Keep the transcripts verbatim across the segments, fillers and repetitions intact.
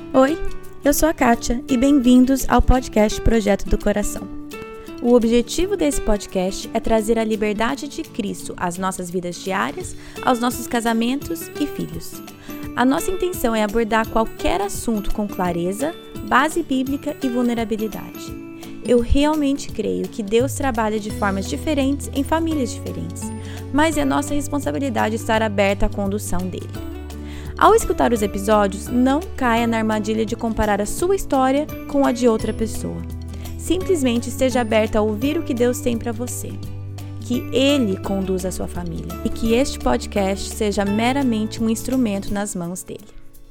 Oi, eu sou a Kátia e bem-vindos ao podcast Projeto do Coração. O objetivo desse podcast é trazer a liberdade de Cristo às nossas vidas diárias, aos nossos casamentos e filhos. A nossa intenção é abordar qualquer assunto com clareza, base bíblica e vulnerabilidade. Eu realmente creio que Deus trabalha de formas diferentes em famílias diferentes, mas é nossa responsabilidade estar aberta à condução dele. Ao escutar os episódios, não caia na armadilha de comparar a sua história com a de outra pessoa. Simplesmente esteja aberta a ouvir o que Deus tem para você. Que Ele conduza a sua família e que este podcast seja meramente um instrumento nas mãos dele.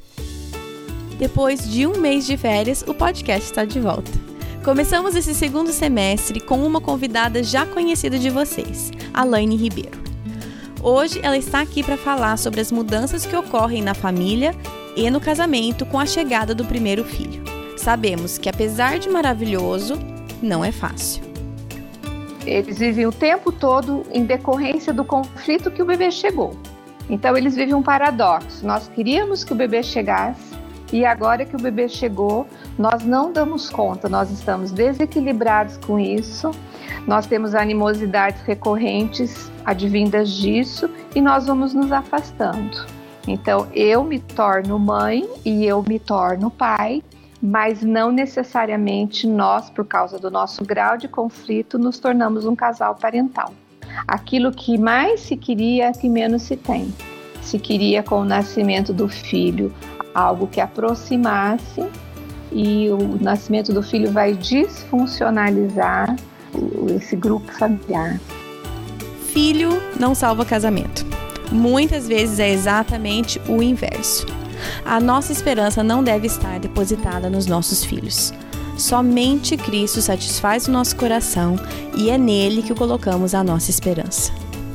Depois de um mês de férias, o podcast está de volta. Começamos esse segundo semestre com uma convidada já conhecida de vocês, a Laine Ribeiro. Hoje ela está aqui para falar sobre as mudanças que ocorrem na família e no casamento com a chegada do primeiro filho. Sabemos que, apesar de maravilhoso, não é fácil. Eles vivem o tempo todo em decorrência do conflito que o bebê chegou. Então eles vivem um paradoxo. Nós queríamos que o bebê chegasse e agora que o bebê chegou, nós não damos conta, nós estamos desequilibrados com isso. Nós temos animosidades recorrentes advindas disso e nós vamos nos afastando. Então, eu me torno mãe e eu me torno pai, mas não necessariamente nós, por causa do nosso grau de conflito, nos tornamos um casal parental. Aquilo que mais se queria, que menos se tem. Se queria, com o nascimento do filho, algo que aproximasse, e o nascimento do filho vai desfuncionalizar esse grupo familiar. Filho não salva casamento. Muitas vezes é exatamente o inverso. A nossa esperança não deve estar depositada nos nossos filhos. Somente Cristo satisfaz o nosso coração e é nele que colocamos a nossa esperança.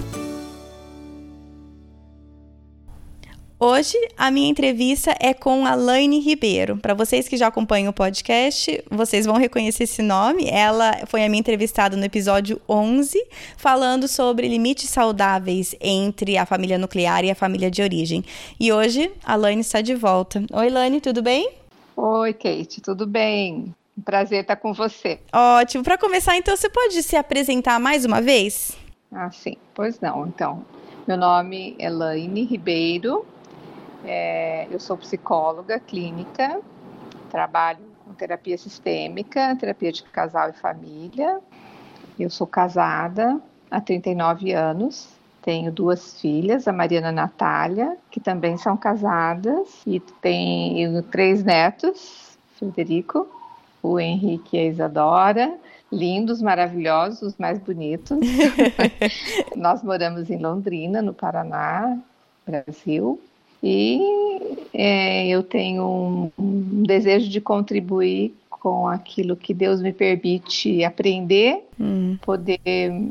Hoje, a minha entrevista é com a Laine Ribeiro. Para vocês que já acompanham o podcast, vocês vão reconhecer esse nome. Ela foi a minha entrevistada no episódio onze, falando sobre limites saudáveis entre a família nuclear e a família de origem. E hoje, a Laine está de volta. Oi, Laine, tudo bem? Oi, Kate, tudo bem? Prazer estar com você. Ótimo. Para começar, então, você pode se apresentar mais uma vez? Ah, sim. Pois não. Então, meu nome é Laine Ribeiro. É, eu sou psicóloga clínica, trabalho com terapia sistêmica, terapia de casal e família. Eu sou casada há trinta e nove anos, tenho duas filhas, a Mariana e a Natália, que também são casadas, e tenho três netos, Frederico, o Henrique e a Isadora, lindos, maravilhosos, os mais bonitos. Nós moramos em Londrina, no Paraná, Brasil. E é, eu tenho um, um desejo de contribuir com aquilo que Deus me permite aprender, hum. poder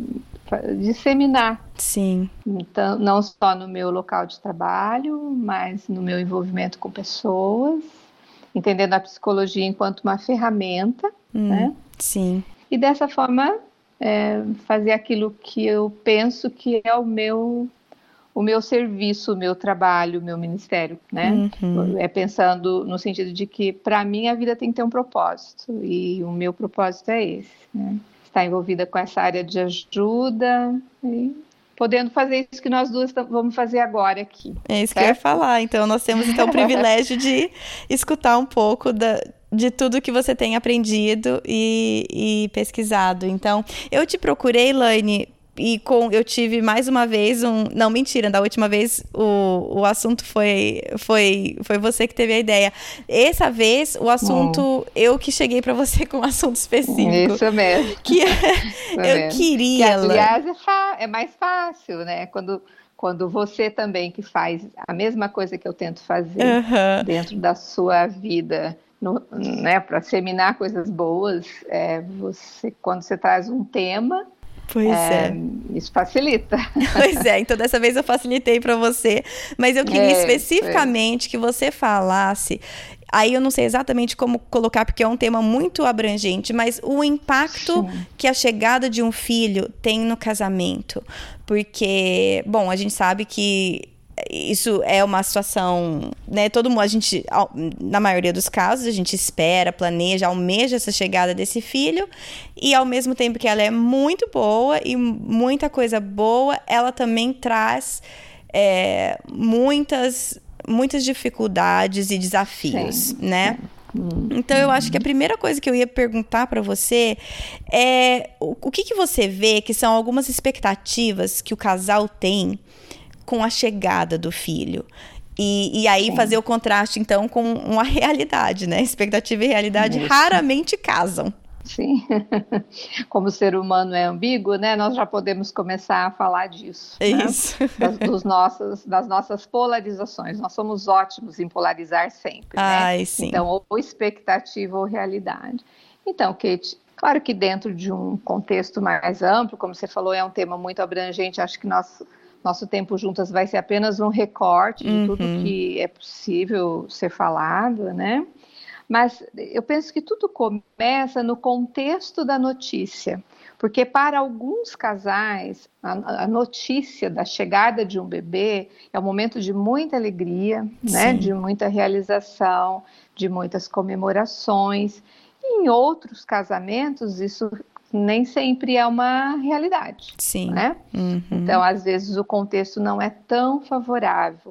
disseminar. Sim. Então, não só no meu local de trabalho, mas no meu envolvimento com pessoas, entendendo a psicologia enquanto uma ferramenta, hum. né? Sim. E dessa forma, é, fazer aquilo que eu penso que é o meu... o meu serviço, o meu trabalho, o meu ministério, né? Uhum. É pensando no sentido de que, para mim, a vida tem que ter um propósito. E o meu propósito é esse, né? Estar envolvida com essa área de ajuda e podendo fazer isso que nós duas vamos fazer agora aqui. É isso certo? Que eu ia falar. Então, nós temos então, o privilégio de escutar um pouco da... de tudo que você tem aprendido e, e pesquisado. Então, eu te procurei, Laine, e com, eu tive mais uma vez um... Não, mentira, da última vez o, o assunto foi, foi, foi você que teve a ideia. Essa vez, o assunto, hum. eu que cheguei para você com um assunto específico. Isso mesmo. Que Isso eu mesmo. queria... Que, aliás, é, fa- é mais fácil, né? Quando, quando você também que faz a mesma coisa que eu tento fazer uhum. dentro da sua vida... No, né, para seminar coisas boas, é, você, quando você traz um tema, pois é, é. isso facilita. Pois é, então dessa vez eu facilitei para você, mas eu queria é, especificamente é. que você falasse, aí eu não sei exatamente como colocar, porque é um tema muito abrangente, mas o impacto Sim. que a chegada de um filho tem no casamento, porque, bom, a gente sabe que isso é uma situação, né, todo mundo, a gente, na maioria dos casos, a gente espera, planeja, almeja essa chegada desse filho, e ao mesmo tempo que ela é muito boa e muita coisa boa, ela também traz é, muitas, muitas dificuldades e desafios, sim, né? Sim. Então, eu acho que a primeira coisa que eu ia perguntar para você é o, o que, que você vê que são algumas expectativas que o casal tem com a chegada do filho. E, e aí sim, fazer o contraste, então, com uma realidade, né? Expectativa e realidade isso, raramente casam. Sim, como o ser humano é ambíguo, né, nós já podemos começar a falar disso, é né? Isso. Das, dos nossos, das nossas polarizações. Nós somos ótimos em polarizar sempre, Ai, né? Sim. Então, ou expectativa ou realidade. Então, Kate, claro que dentro de um contexto mais amplo, como você falou, é um tema muito abrangente, acho que nosso, nosso tempo juntas vai ser apenas um recorte de uhum. tudo que é possível ser falado, né? Mas eu penso que tudo começa no contexto da notícia, porque para alguns casais, a, a notícia da chegada de um bebê é um momento de muita alegria, né? De muita realização, de muitas comemorações. E em outros casamentos, isso nem sempre é uma realidade. Sim. Né? Uhum. Então, às vezes, o contexto não é tão favorável.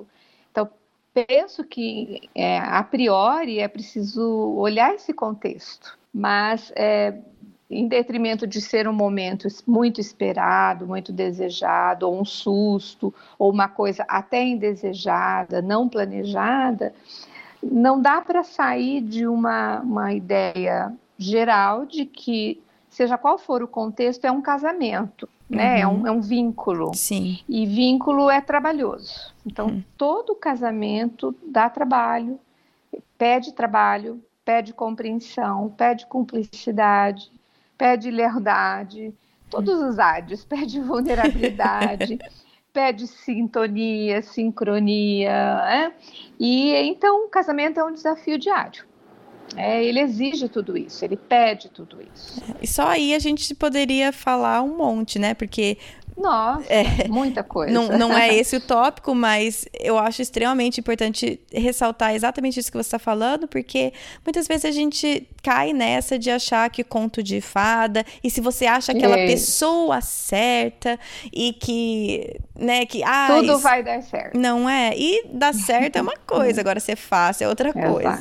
Penso que, é, a priori, é preciso olhar esse contexto, mas é, em detrimento de ser um momento muito esperado, muito desejado, ou um susto, ou uma coisa até indesejada, não planejada, não dá para sair de uma, uma ideia geral de que, seja qual for o contexto, é um casamento. Né? Uhum. É, um, é um vínculo. Sim. E vínculo é trabalhoso. Então, uhum. todo casamento dá trabalho, pede trabalho, pede compreensão, pede cumplicidade, pede lealdade, todos os ádios, pede vulnerabilidade, pede sintonia, sincronia. Né? E então, o casamento é um desafio diário. É, ele exige tudo isso, ele pede tudo isso. E só aí a gente poderia falar um monte, né? Porque... Nossa, é, muita coisa. Não, não é esse o tópico, mas eu acho extremamente importante ressaltar exatamente isso que você está falando, porque muitas vezes a gente cai nessa de achar que conto de fada, e se você acha aquela é. pessoa certa, e que... né, que ah, tudo isso vai dar certo. Não é? E dar certo é uma coisa, agora ser fácil é outra coisa.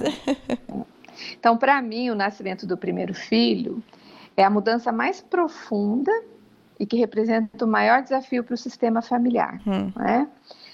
Então, para mim, o nascimento do primeiro filho é a mudança mais profunda e que representa o maior desafio para o sistema familiar. Hum. Né?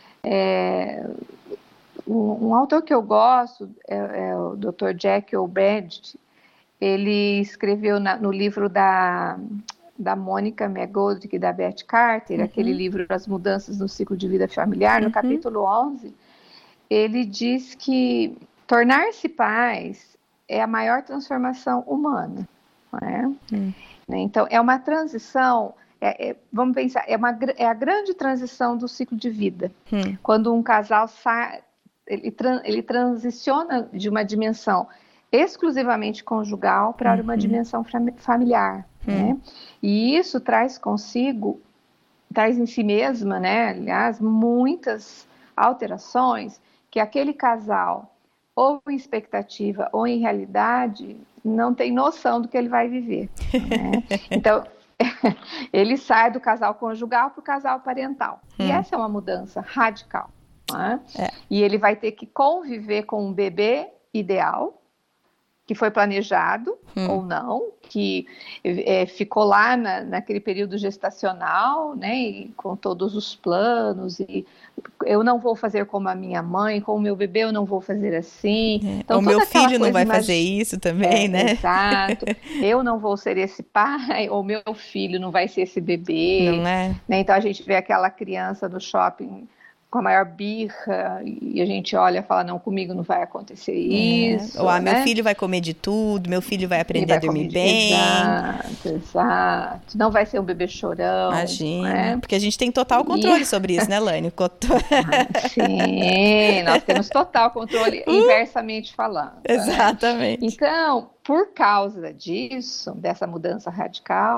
É, um, um autor que eu gosto é, é o doutor Jack O'Brien. Ele escreveu na, no livro da, da Mônica McGoldrick e da Beth Carter, uhum. aquele livro As Mudanças no Ciclo de Vida Familiar, no uhum. capítulo onze, ele diz que tornar-se pais é a maior transformação humana. Não é? Hum. Então, é uma transição... É, é, vamos pensar, é, uma, é a grande transição do ciclo de vida. Hum. Quando um casal sai, ele, tran, ele transiciona de uma dimensão exclusivamente conjugal para uhum. uma dimensão familiar. Hum. Né? E isso traz consigo, traz em si mesma, né, aliás, muitas alterações que aquele casal, ou em expectativa ou em realidade, não tem noção do que ele vai viver. Né? Então, ele sai do casal conjugal para o casal parental. Hum. E essa é uma mudança radical. Né? É. E ele vai ter que conviver com um bebê ideal, que foi planejado hum. ou não, que é, ficou lá na, naquele período gestacional, né, e com todos os planos, e eu não vou fazer como a minha mãe, com o meu bebê eu não vou fazer assim. É. Então, o meu filho não vai imag... fazer isso também, é, né? Exato. Eu não vou ser esse pai, ou meu filho não vai ser esse bebê. Não é? Né? Então a gente vê aquela criança no shopping com a maior birra, e a gente olha e fala, não, comigo não vai acontecer isso. É. Ou, ah, né? meu filho vai comer de tudo, meu filho vai aprender vai a dormir de... bem. Exato, exato. Não vai ser um bebê chorão. Imagina, né? Porque a gente tem total controle e... sobre isso, né, Laine? Ah, sim, nós temos total controle, inversamente falando. Exatamente. Né? Então, por causa disso, dessa mudança radical,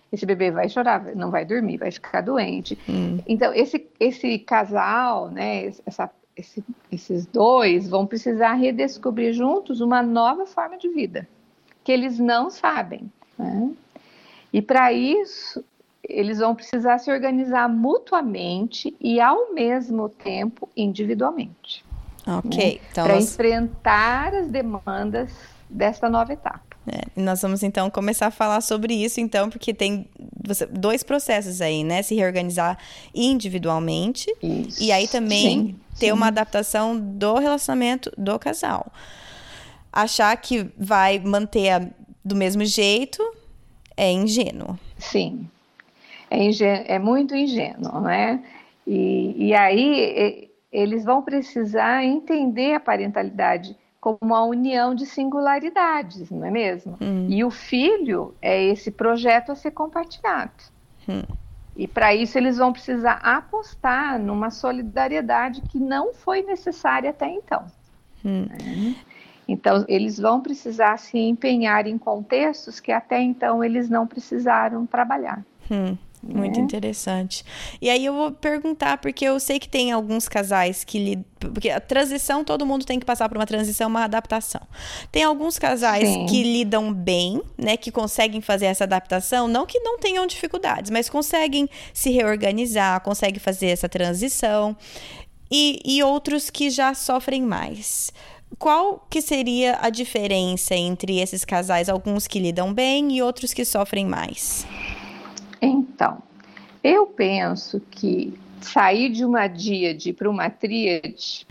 esse bebê vai chorar, não vai dormir, vai ficar doente. Hum. Então, esse, esse casal, né, essa, esse, esses dois vão precisar redescobrir juntos uma nova forma de vida, que eles não sabem, né? E para isso, eles vão precisar se organizar mutuamente e, ao mesmo tempo, individualmente. Ok. Né? Então para nós... enfrentar as demandas desta nova etapa. É, nós vamos, então, começar a falar sobre isso, então, porque tem dois processos aí, né? Se reorganizar individualmente Isso. E aí também Sim, ter sim. uma adaptação do relacionamento do casal. Achar que vai manter a, do mesmo jeito é ingênuo. Sim, é, ingênuo, é muito ingênuo, né? E, e aí eles vão precisar entender a parentalidade como uma união de singularidades, não é mesmo? Hum. E o filho é esse projeto a ser compartilhado. Hum. E para isso eles vão precisar apostar numa solidariedade que não foi necessária até então. Hum. É. Então, eles vão precisar se empenhar em contextos que até então eles não precisaram trabalhar. Hum, muito é. interessante. E aí eu vou perguntar, porque eu sei que tem alguns casais que... Li... Porque a transição, todo mundo tem que passar por uma transição, uma adaptação. Tem alguns casais Sim. que lidam bem, né? Que conseguem fazer essa adaptação. Não que não tenham dificuldades, mas conseguem se reorganizar, conseguem fazer essa transição. E, e outros que já sofrem mais. Qual que seria a diferença entre esses casais? Alguns que lidam bem e outros que sofrem mais? Então, eu penso que sair de uma díade para uma tríade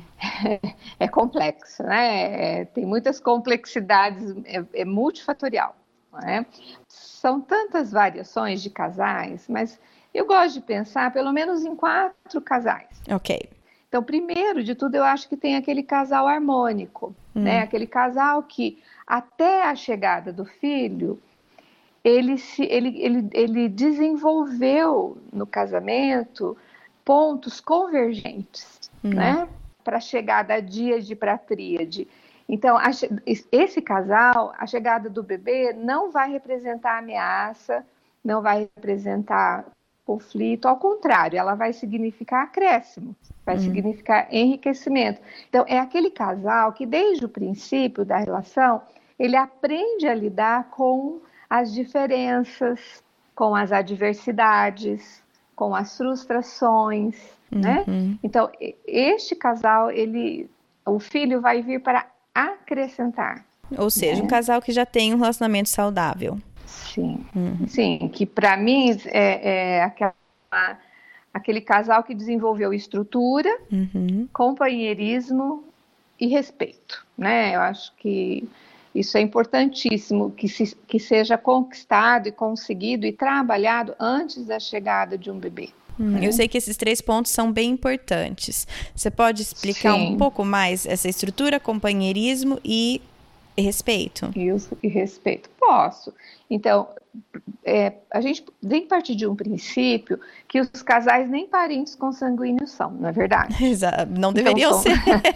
é, é complexo, né? É, tem muitas complexidades, é, é multifatorial, não é? São tantas variações de casais, mas eu gosto de pensar pelo menos em quatro casais. Ok. Então, primeiro de tudo, eu acho que tem aquele casal harmônico, hum. né? Aquele casal que, até a chegada do filho, ele, se, ele, ele, ele desenvolveu no casamento pontos convergentes, hum. né? Para chegar da díade para a tríade. Então, a, esse casal, a chegada do bebê não vai representar ameaça, não vai representar conflito, ao contrário, ela vai significar acréscimo, vai hum. significar enriquecimento. Então, é aquele casal que, desde o princípio da relação, ele aprende a lidar com as diferenças, com as adversidades, com as frustrações, uhum. né? Então, este casal, ele, o filho vai vir para acrescentar. Ou seja, né? Um casal que já tem um relacionamento saudável. Sim, uhum. Sim, que para mim é, é aquela, aquele casal que desenvolveu estrutura, uhum. companheirismo e respeito, né? Eu acho que isso é importantíssimo, que, se, que seja conquistado e conseguido e trabalhado antes da chegada de um bebê. Hum, né? Eu sei que esses três pontos são bem importantes. Você pode explicar Sim. um pouco mais essa estrutura, companheirismo e respeito? Isso, e respeito. Posso. Então, é, a gente tem que partir de um princípio que os casais nem parentes consanguíneos são, não é verdade? Exato. Não deveriam então, são... ser.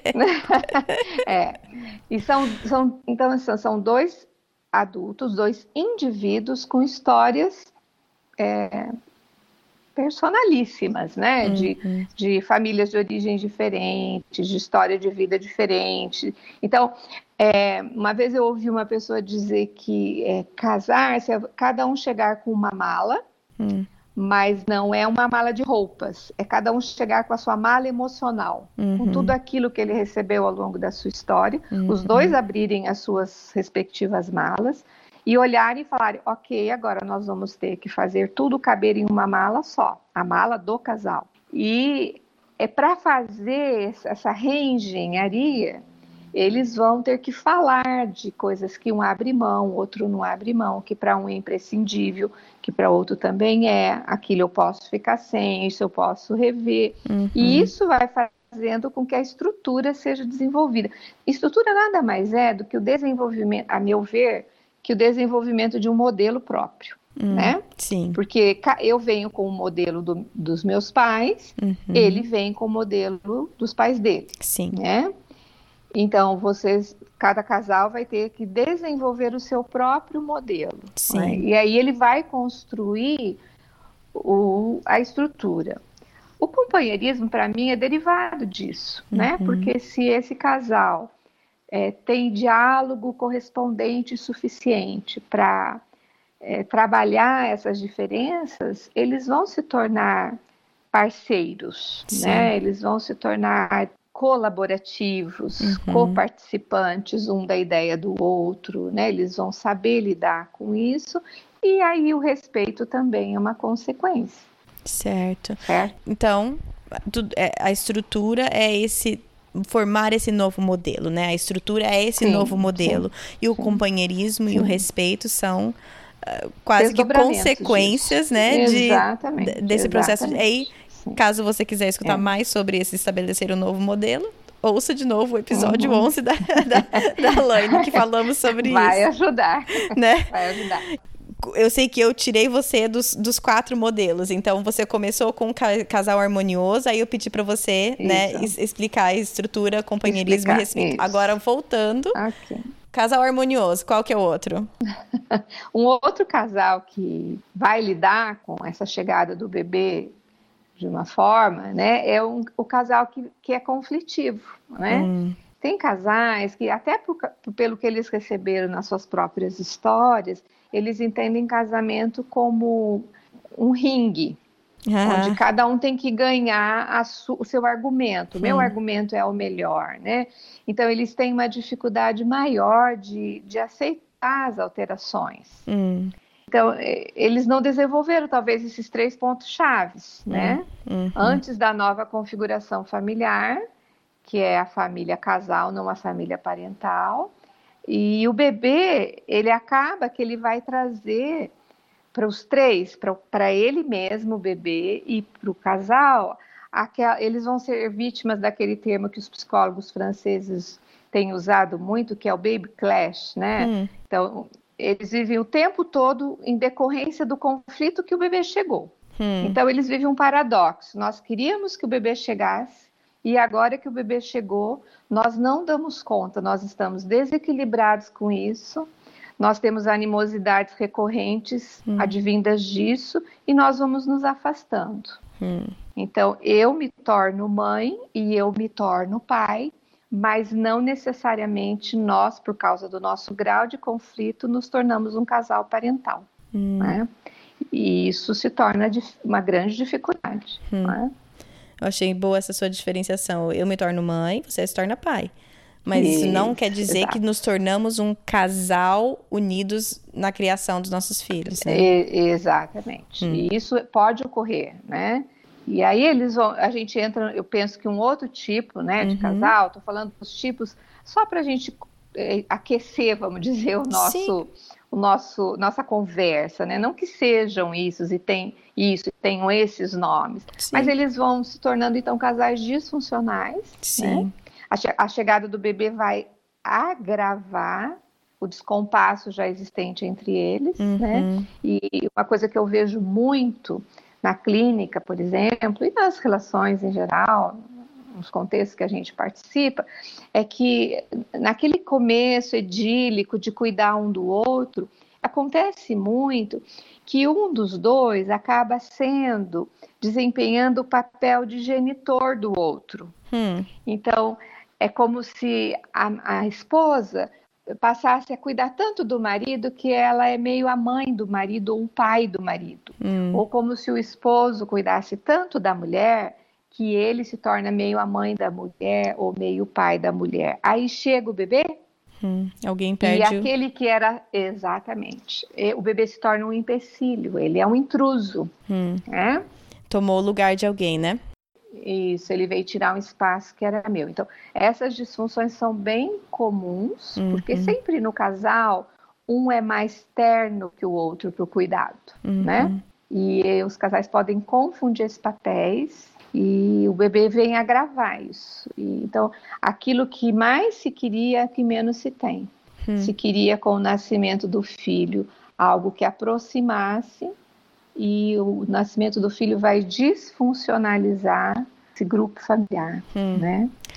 é. E são, são, então, são, são dois adultos, dois indivíduos com histórias é, personalíssimas, né? Uhum. De, de famílias de origens diferentes, de história de vida diferente. Então, é, uma vez eu ouvi uma pessoa dizer que é, casar-se é cada um chegar com uma mala, hum. mas não é uma mala de roupas, é cada um chegar com a sua mala emocional, uhum. com tudo aquilo que ele recebeu ao longo da sua história, uhum. os dois abrirem as suas respectivas malas e olharem e falarem, ok, agora nós vamos ter que fazer tudo caber em uma mala só, a mala do casal. E é para fazer essa reengenharia, eles vão ter que falar de coisas que um abre mão, outro não abre mão, que para um é imprescindível, que para outro também é, aquilo eu posso ficar sem, isso eu posso rever. Uhum. E isso vai fazendo com que a estrutura seja desenvolvida. Estrutura nada mais é do que o desenvolvimento, a meu ver, que o desenvolvimento de um modelo próprio. Hum, né? Sim. Porque eu venho com o modelo do, dos meus pais, uhum. ele vem com o modelo dos pais dele. Sim. Né? Então, vocês, cada casal vai ter que desenvolver o seu próprio modelo. Sim. Né? E aí ele vai construir o, a estrutura. O companheirismo, para mim, é derivado disso, Uhum. né? Porque se esse casal é, tem diálogo correspondente e suficiente para é, trabalhar essas diferenças, eles vão se tornar parceiros, Sim. né? Eles vão se tornar colaborativos, Uhum. coparticipantes um da ideia do outro, né? Eles vão saber lidar com isso, e aí o respeito também é uma consequência. Certo. Certo? Então, tudo, é, a estrutura é esse, formar esse novo modelo, né? A estrutura é esse Sim, novo modelo. sim, e o sim. companheirismo Sim. e o respeito são uh, quase que Desdobramentos consequências, disso. né? Exatamente, De, desse processo. De, aí, Sim. caso você quiser escutar É. mais sobre esse estabelecer um novo modelo, ouça de novo o episódio Uhum. onze da, da, da Laine, que falamos sobre Vai isso. ajudar. Né? Vai ajudar. Eu sei que eu tirei você dos, dos quatro modelos. Então, você começou com um ca- casal harmonioso. Aí eu pedi para você, né, es- explicar a estrutura, companheirismo Explicar, e respeito. isso. Agora, voltando. Ok. Casal harmonioso, qual que é o outro? Um outro casal que vai lidar com essa chegada do bebê de uma forma, né, é um, o casal que, que é conflitivo, né? Hum. Tem casais que, até por, pelo que eles receberam nas suas próprias histórias, eles entendem casamento como um ringue, Ah. onde cada um tem que ganhar a su, o seu argumento. O Hum. meu argumento é o melhor, né? Então, eles têm uma dificuldade maior de, de aceitar as alterações. Hum. Então, eles não desenvolveram, talvez, esses três pontos chaves, hum. né? Uhum. Antes da nova configuração familiar, que é a família casal, não a família parental. E o bebê, ele acaba que ele vai trazer para os três, para ele mesmo, o bebê, e para o casal, aquela, eles vão ser vítimas daquele termo que os psicólogos franceses têm usado muito, que é o baby clash, né? Hum. Então, eles vivem o tempo todo em decorrência do conflito que o bebê chegou. Hum. Então, eles vivem um paradoxo. Nós queríamos que o bebê chegasse, e agora que o bebê chegou, nós não damos conta, nós estamos desequilibrados com isso, nós temos animosidades recorrentes hum. advindas disso, e nós vamos nos afastando. Hum. Então, eu me torno mãe e eu me torno pai, mas não necessariamente nós, por causa do nosso grau de conflito, nos tornamos um casal parental. Hum. Né? E isso se torna uma grande dificuldade. Hum. Né? Eu achei boa essa sua diferenciação. Eu me torno mãe, você se torna pai. Mas isso, isso não quer dizer exato. Que nos tornamos um casal unidos na criação dos nossos filhos. Né? E, exatamente. Hum. E isso pode ocorrer, né? E aí eles vão, a gente entra, eu penso que um outro tipo, né, de uhum. casal, estou falando dos tipos, só para a gente é, aquecer, vamos dizer, o nosso, o nosso, nossa conversa, né? Não que sejam isso e tem isso, e tenham esses nomes, Sim. mas eles vão se tornando então casais disfuncionais. Sim. Né? A, che- a chegada do bebê vai agravar o descompasso já existente entre eles, uhum. né? E uma coisa que eu vejo muito na clínica, por exemplo, e nas relações em geral, nos contextos que a gente participa, é que naquele começo idílico de cuidar um do outro, acontece muito que um dos dois acaba sendo, desempenhando o papel de genitor do outro. Hum. Então, é como se a, a esposa passasse a cuidar tanto do marido que ela é meio a mãe do marido ou o pai do marido. Hum. Ou como se o esposo cuidasse tanto da mulher que ele se torna meio a mãe da mulher ou meio o pai da mulher. Aí chega o bebê hum. Alguém perde e aquele que era... Exatamente. O bebê se torna um empecilho, ele é um intruso. Hum. Né? Tomou o lugar de alguém, né? Isso, ele veio tirar um espaço que era meu. Então, essas disfunções são bem comuns, uhum. porque sempre no casal, um é mais terno que o outro para o cuidado, uhum. né? E os casais podem confundir esses papéis e o bebê vem agravar isso. E, então, aquilo que mais se queria, que menos se tem. Uhum. Se queria com o nascimento do filho algo que aproximasse, e o nascimento do filho vai disfuncionalizar esse grupo familiar, hum. né?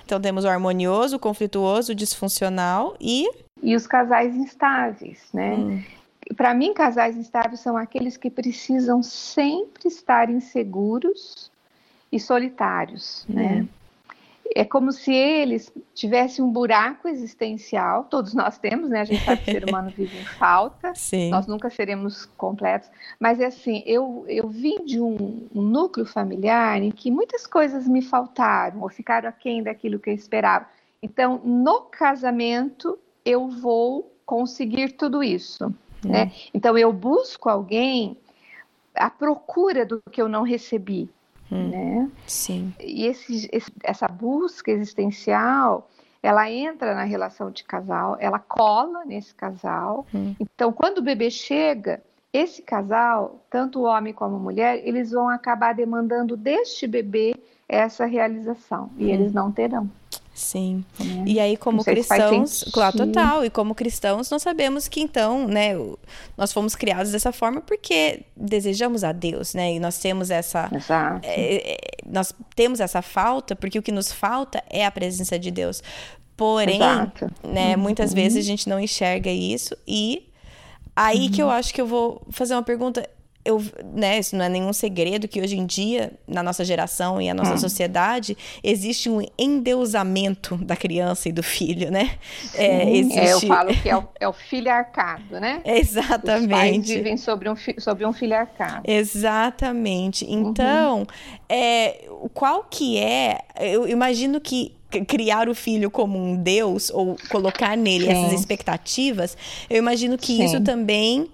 Então temos o harmonioso, o conflituoso, o disfuncional e... E os casais instáveis, né? Hum. Para mim, casais instáveis são aqueles que precisam sempre estar inseguros e solitários, hum. né? É como se eles tivessem um buraco existencial, todos nós temos, né? A gente sabe que o ser humano vive em falta, Sim. nós nunca seremos completos, mas é assim, eu, eu vim de um, um núcleo familiar em que muitas coisas me faltaram, ou ficaram aquém daquilo que eu esperava. Então, no casamento, eu vou conseguir tudo isso, hum. né? Então, eu busco alguém à procura do que eu não recebi. Hum, né? Sim. E esse, esse, essa busca existencial, ela entra na relação de casal, ela cola nesse casal. Hum. Então, quando o bebê chega, esse casal, tanto o homem como a mulher, eles vão acabar demandando deste bebê essa realização. E hum. eles não terão. Sim. É. E aí, como cristãos, claro, total, e como cristãos, nós sabemos que então, né, nós fomos criados dessa forma porque desejamos a Deus, né, e nós temos essa, é, nós temos essa falta, porque o que nos falta é a presença de Deus. Porém, Exato. né, uhum. muitas vezes a gente não enxerga isso, e aí uhum. que eu acho que eu vou fazer uma pergunta. Eu, né, isso não é nenhum segredo que hoje em dia, na nossa geração e a nossa hum. sociedade, existe um endeusamento da criança e do filho, né? Sim, é, existe... é, eu falo que é o, é o filharcado, né? Exatamente. Os pais vivem sobre um, sobre um filharcado. Exatamente. Então, uhum. é, qual que é... Eu imagino que criar o filho como um Deus, ou colocar nele Sim. essas expectativas, eu imagino que Sim. isso também...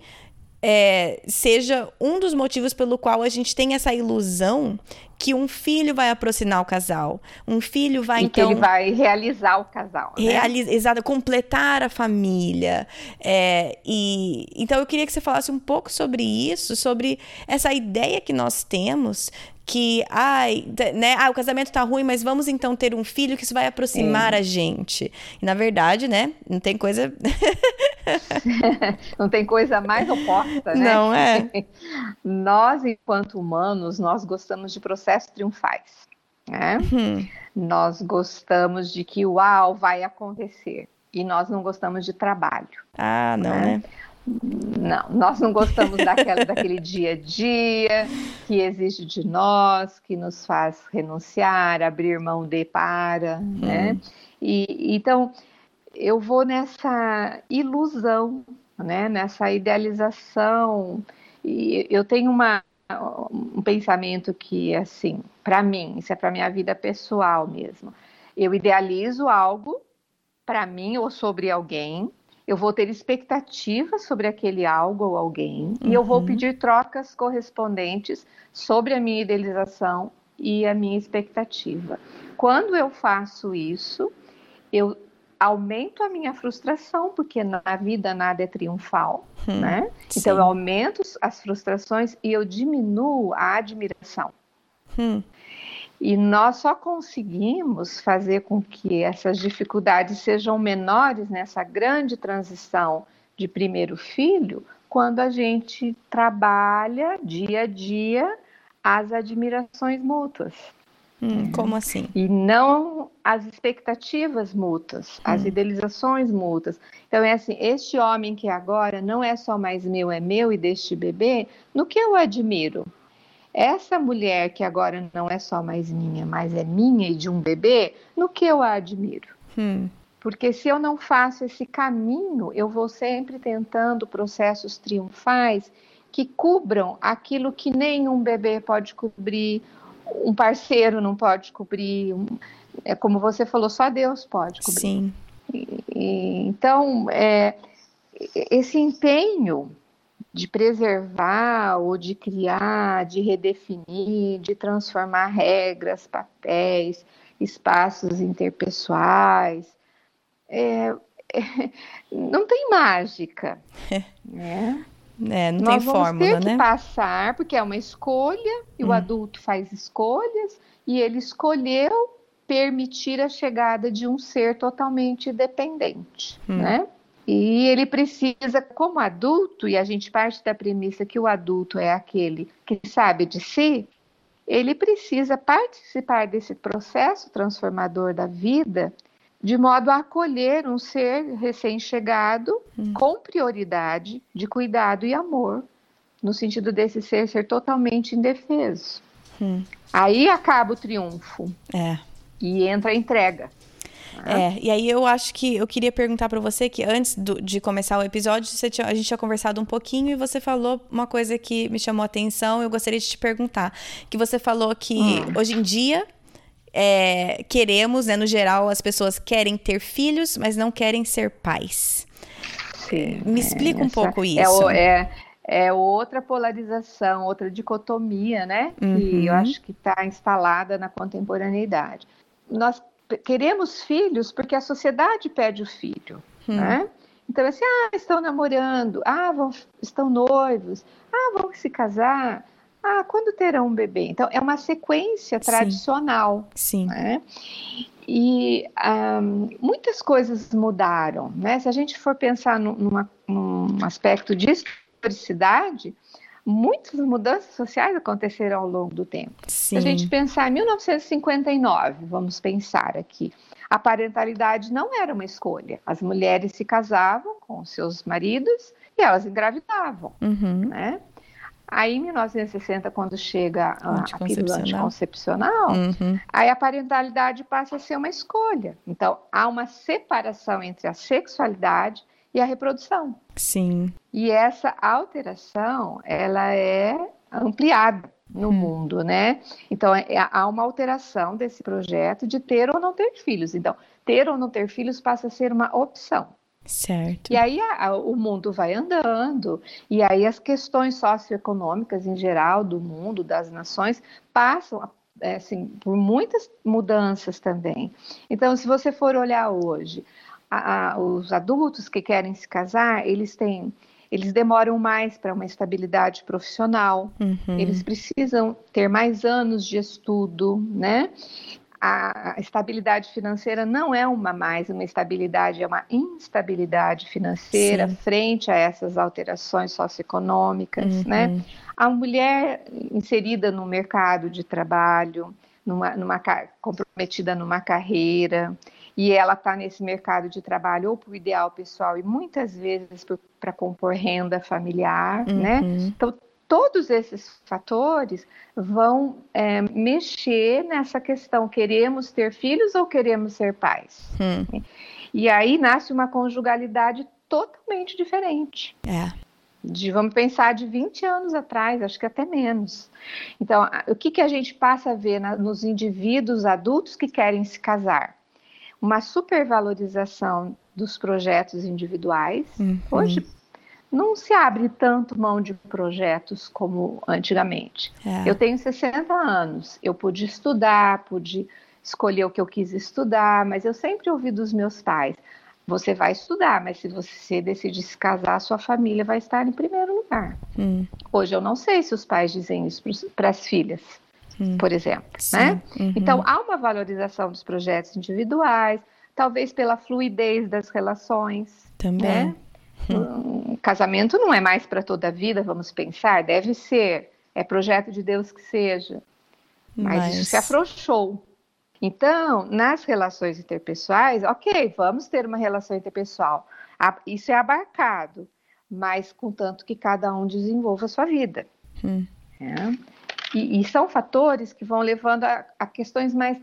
É, seja um dos motivos pelo qual a gente tem essa ilusão que um filho vai aproximar o casal. Um filho vai, e então... que ele vai realizar o casal, né? Realiza, exato, completar a família. É, e, então, eu queria que você falasse um pouco sobre isso, sobre essa ideia que nós temos... que, ai, né, ah, o casamento tá ruim, mas vamos então ter um filho que isso vai aproximar é. a gente. E, na verdade, né, não tem coisa... não tem coisa mais oposta, né? Não é? Nós, enquanto humanos, nós gostamos de processos triunfais, né? Hum. Nós gostamos de que, uau, vai acontecer. E nós não gostamos de trabalho. Ah, não, né? né? Não, nós não gostamos daquela, daquele dia a dia que exige de nós, que nos faz renunciar, abrir mão de para, hum. né? E, então, eu vou nessa ilusão, né? Nessa idealização. E eu tenho uma, um pensamento que, assim, para mim, isso é para minha vida pessoal mesmo. Eu idealizo algo para mim ou sobre alguém. Eu vou ter expectativas sobre aquele algo ou alguém, uhum. e eu vou pedir trocas correspondentes sobre a minha idealização e a minha expectativa. Quando eu faço isso, eu aumento a minha frustração, porque na vida nada é triunfal, hum, né? Sim. Então eu aumento as frustrações e eu diminuo a admiração. Hum. E nós só conseguimos fazer com que essas dificuldades sejam menores nessa grande transição de primeiro filho, quando a gente trabalha dia a dia as admirações mútuas. Hum, como assim? E não as expectativas mútuas, hum. as idealizações mútuas. Então é assim, este homem que agora não é só mais meu, é meu e deste bebê, no que eu admiro? Essa mulher que agora não é só mais minha, mas é minha e de um bebê, no que eu a admiro? Hum. Porque se eu não faço esse caminho, eu vou sempre tentando processos triunfais que cubram aquilo que nenhum bebê pode cobrir, um parceiro não pode cobrir, um, é como você falou, só Deus pode cobrir. Sim. E, e, então, é, esse empenho de preservar ou de criar, de redefinir, de transformar regras, papéis, espaços interpessoais, é, é, não tem mágica, né? É, não Nós tem fórmula, vamos ter né? que passar, porque é uma escolha, e hum. o adulto faz escolhas, e ele escolheu permitir a chegada de um ser totalmente dependente, hum. né? E ele precisa, como adulto, e a gente parte da premissa que o adulto é aquele que sabe de si, ele precisa participar desse processo transformador da vida de modo a acolher um ser recém-chegado hum. com prioridade de cuidado e amor, no sentido desse ser ser totalmente indefeso. Hum. Aí acaba o triunfo é. e entra a entrega. É, e aí eu acho que eu queria perguntar para você que antes do, de começar o episódio, você tinha, a gente tinha conversado um pouquinho e você falou uma coisa que me chamou a atenção, eu gostaria de te perguntar, que você falou que hum. hoje em dia é, queremos, né, no geral, as pessoas querem ter filhos, mas não querem ser pais. Sim, me explica é, um pouco isso. É, é, é outra polarização, outra dicotomia, né, uhum. que eu acho que está instalada na contemporaneidade. Nós queremos filhos porque a sociedade pede o filho, hum. né? Então, assim, ah, estão namorando, ah, vão, estão noivos, ah, vão se casar, ah, quando terão um bebê? Então, é uma sequência Sim. tradicional, Sim. né? E um, muitas coisas mudaram, né? Se a gente for pensar numa, num aspecto de historicidade, muitas mudanças sociais aconteceram ao longo do tempo. Sim. Se a gente pensar em mil novecentos e cinquenta e nove, vamos pensar aqui, a parentalidade não era uma escolha. As mulheres se casavam com seus maridos e elas engravidavam, uhum. né? Aí, em mil novecentos e sessenta, quando chega a, a pílula anticoncepcional, uhum. aí a parentalidade passa a ser uma escolha. Então, há uma separação entre a sexualidade e a reprodução. Sim. E essa alteração, ela é ampliada no hum. mundo, né? Então, é, há uma alteração desse projeto de ter ou não ter filhos. Então, ter ou não ter filhos passa a ser uma opção. Certo. E aí a, a, o mundo vai andando, e aí as questões socioeconômicas em geral do mundo, das nações, passam é, assim, por muitas mudanças também. Então, se você for olhar hoje, A, a, os adultos que querem se casar, eles têm, eles demoram mais para uma estabilidade profissional, uhum. eles precisam ter mais anos de estudo, né? A, a estabilidade financeira não é uma mais uma estabilidade, é uma instabilidade financeira Sim. frente a essas alterações socioeconômicas, uhum. né? A mulher inserida no mercado de trabalho, numa, numa, comprometida numa carreira, e ela está nesse mercado de trabalho ou por ideal pessoal e muitas vezes para compor renda familiar, uhum. né? Então, todos esses fatores vão é, mexer nessa questão, queremos ter filhos ou queremos ser pais? Uhum. E aí nasce uma conjugalidade totalmente diferente. É. De, vamos pensar de vinte anos atrás, acho que até menos. Então, o que, que a gente passa a ver na, nos indivíduos adultos que querem se casar? Uma supervalorização dos projetos individuais. Uhum. Hoje não se abre tanto mão de projetos como antigamente. É. Eu tenho sessenta anos, eu pude estudar, pude escolher o que eu quis estudar, mas eu sempre ouvi dos meus pais, você vai estudar, mas se você decidir se casar, a sua família vai estar em primeiro lugar. Hum. Hoje eu não sei se os pais dizem isso para as filhas. Hum. Por exemplo, Sim. né? Uhum. Então, há uma valorização dos projetos individuais, talvez pela fluidez das relações. Também. Né? Hum. Um casamento não é mais para toda a vida, vamos pensar, deve ser, é projeto de Deus que seja, mas, mas... isso se afrouxou. Então, nas relações interpessoais, ok, vamos ter uma relação interpessoal, isso é abarcado, mas contanto que cada um desenvolva a sua vida. Hum. É? E, e são fatores que vão levando a, a questões mais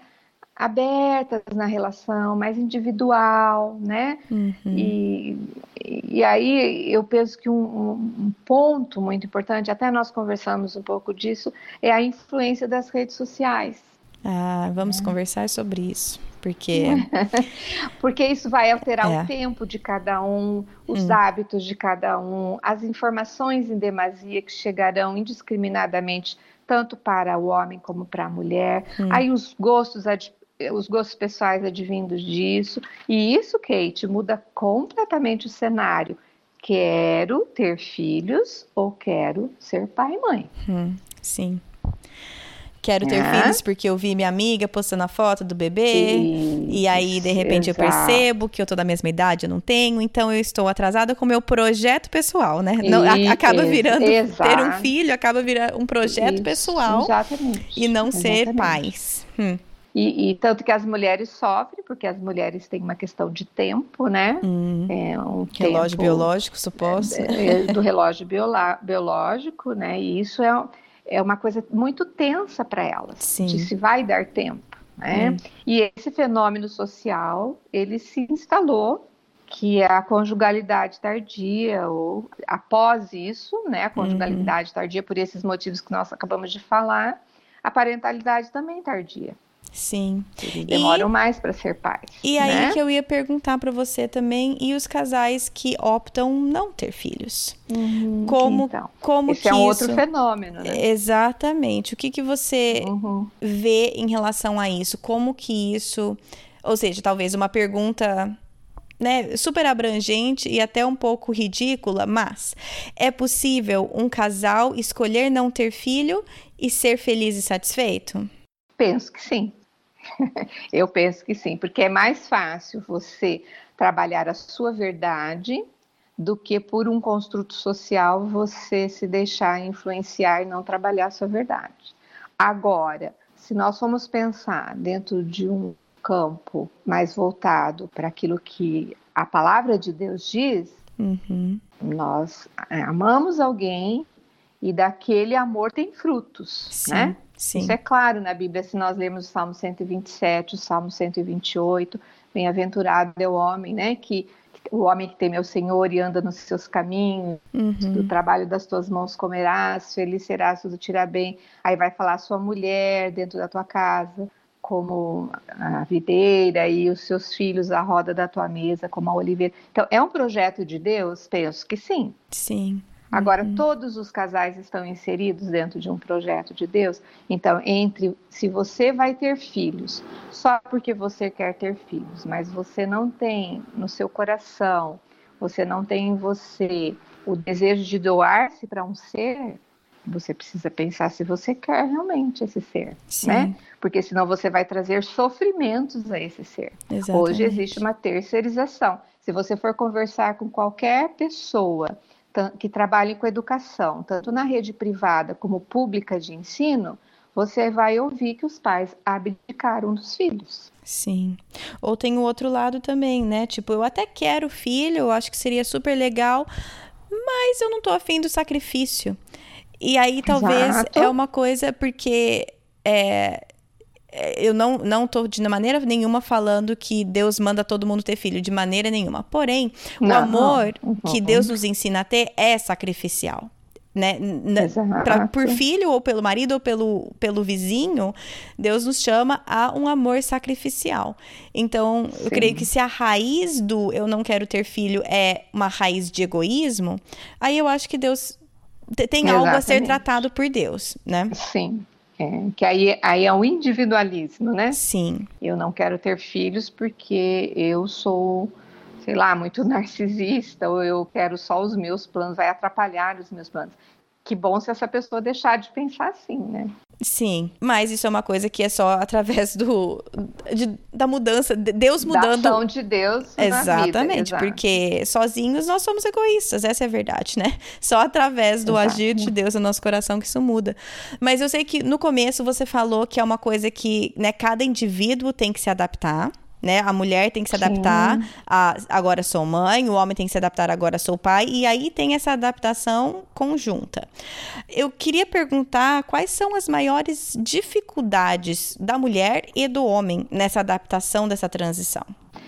abertas na relação, mais individual, né? Uhum. E, e aí eu penso que um, um ponto muito importante, até nós conversamos um pouco disso, é a influência das redes sociais. Ah, vamos é. conversar sobre isso, porque... porque isso vai alterar é. o tempo de cada um, os hum. hábitos de cada um, as informações em demasia que chegarão indiscriminadamente tanto para o homem como para a mulher, hum. aí os gostos, os gostos pessoais advindos disso, e isso, Kate, muda completamente o cenário. Quero ter filhos ou quero ser pai e mãe. Hum. Sim. quero ter É. filhos porque eu vi minha amiga postando a foto do bebê, Isso, e aí, de repente, exato. eu percebo que eu tô da mesma idade, eu não tenho, então eu estou atrasada com o meu projeto pessoal, né? Não, a- E- acaba ex- virando, ter um exato. filho, acaba virando um projeto Isso, pessoal exatamente, e não ser exatamente. pais. Hum. E, e tanto que as mulheres sofrem, porque as mulheres têm uma questão de tempo, né? Hum. É um Relógio tempo, biológico, suposto. é, do relógio biola- biológico, né? E isso é, é uma coisa muito tensa para elas, Sim. de se vai dar tempo, né? Hum. E esse fenômeno social, ele se instalou, que é a conjugalidade tardia, ou após isso, né? A conjugalidade tardia, por esses motivos que nós acabamos de falar, a parentalidade também tardia. Sim. Eles demoram E- mais para ser pais. E aí né? que eu ia perguntar pra você também, e os casais que optam não ter filhos? Uhum, Como, então, como esse que é um isso... outro fenômeno, né? Exatamente. O que que você Uhum. vê em relação a isso? Como que isso... Ou seja, talvez uma pergunta, né, super abrangente e até um pouco ridícula, mas é possível um casal escolher não ter filho e ser feliz e satisfeito? Penso que sim. Eu penso que sim, porque é mais fácil você trabalhar a sua verdade do que por um construto social você se deixar influenciar e não trabalhar a sua verdade. Agora, se nós formos pensar dentro de um campo mais voltado para aquilo que a palavra de Deus diz, Uhum. nós é, amamos alguém e daquele amor tem frutos, Sim, né? sim. Isso é claro na Bíblia, se nós lermos o Salmo cento e vinte e sete, o Salmo cento e vinte e oito, bem-aventurado é o homem, né? Que, o homem que teme ao Senhor e anda nos seus caminhos, Uhum. do trabalho das tuas mãos comerás, feliz serás, tudo te irá bem. Aí vai falar a sua mulher dentro da tua casa, como a videira, e os seus filhos à roda da tua mesa, como a oliveira. Então, é um projeto de Deus? Penso que sim. Sim. Agora, Uhum. todos os casais estão inseridos dentro de um projeto de Deus. Então, entre se você vai ter filhos só porque você quer ter filhos, mas você não tem no seu coração, você não tem em você o desejo de doar-se para um ser, você precisa pensar se você quer realmente esse ser, Sim. né? Porque senão você vai trazer sofrimentos a esse ser. Exatamente. Hoje existe uma terceirização. Se você for conversar com qualquer pessoa que trabalhem com educação, tanto na rede privada como pública de ensino, você vai ouvir que os pais abdicaram dos filhos. Sim. Ou tem o outro lado também, né? Tipo, eu até quero filho, eu acho que seria super legal, mas eu não tô afim do sacrifício. E aí talvez Exato. é uma coisa porque é, eu não, não tô de maneira nenhuma falando que Deus manda todo mundo ter filho, de maneira nenhuma. Porém, Não, o amor uhum. que Deus nos ensina a ter é sacrificial. Né? Exato. Pra, por filho, ou pelo marido, ou pelo, pelo vizinho, Deus nos chama a um amor sacrificial. Então, Sim. eu creio que se a raiz do eu não quero ter filho é uma raiz de egoísmo, aí eu acho que Deus tem Exatamente. algo a ser tratado por Deus, né? Sim. É, que aí, aí é um individualismo, né? Sim. Eu não quero ter filhos porque eu sou, sei lá, muito narcisista, ou eu quero só os meus planos, vai atrapalhar os meus planos. Que bom se essa pessoa deixar de pensar assim, né? Sim, mas isso é uma coisa que é só através do de, da mudança, de Deus mudando. Da ação de Deus na Exatamente, vida, porque sozinhos nós somos egoístas, essa é a verdade, né? Só através do Exato. agir de Deus no nosso coração que isso muda. Mas eu sei que no começo você falou que é uma coisa que, né, cada indivíduo tem que se adaptar. Né? A mulher tem que se adaptar a agora sou mãe, o homem tem que se adaptar agora sou pai, e aí tem essa adaptação conjunta. Eu queria perguntar quais são as maiores dificuldades da mulher e do homem nessa adaptação dessa transição.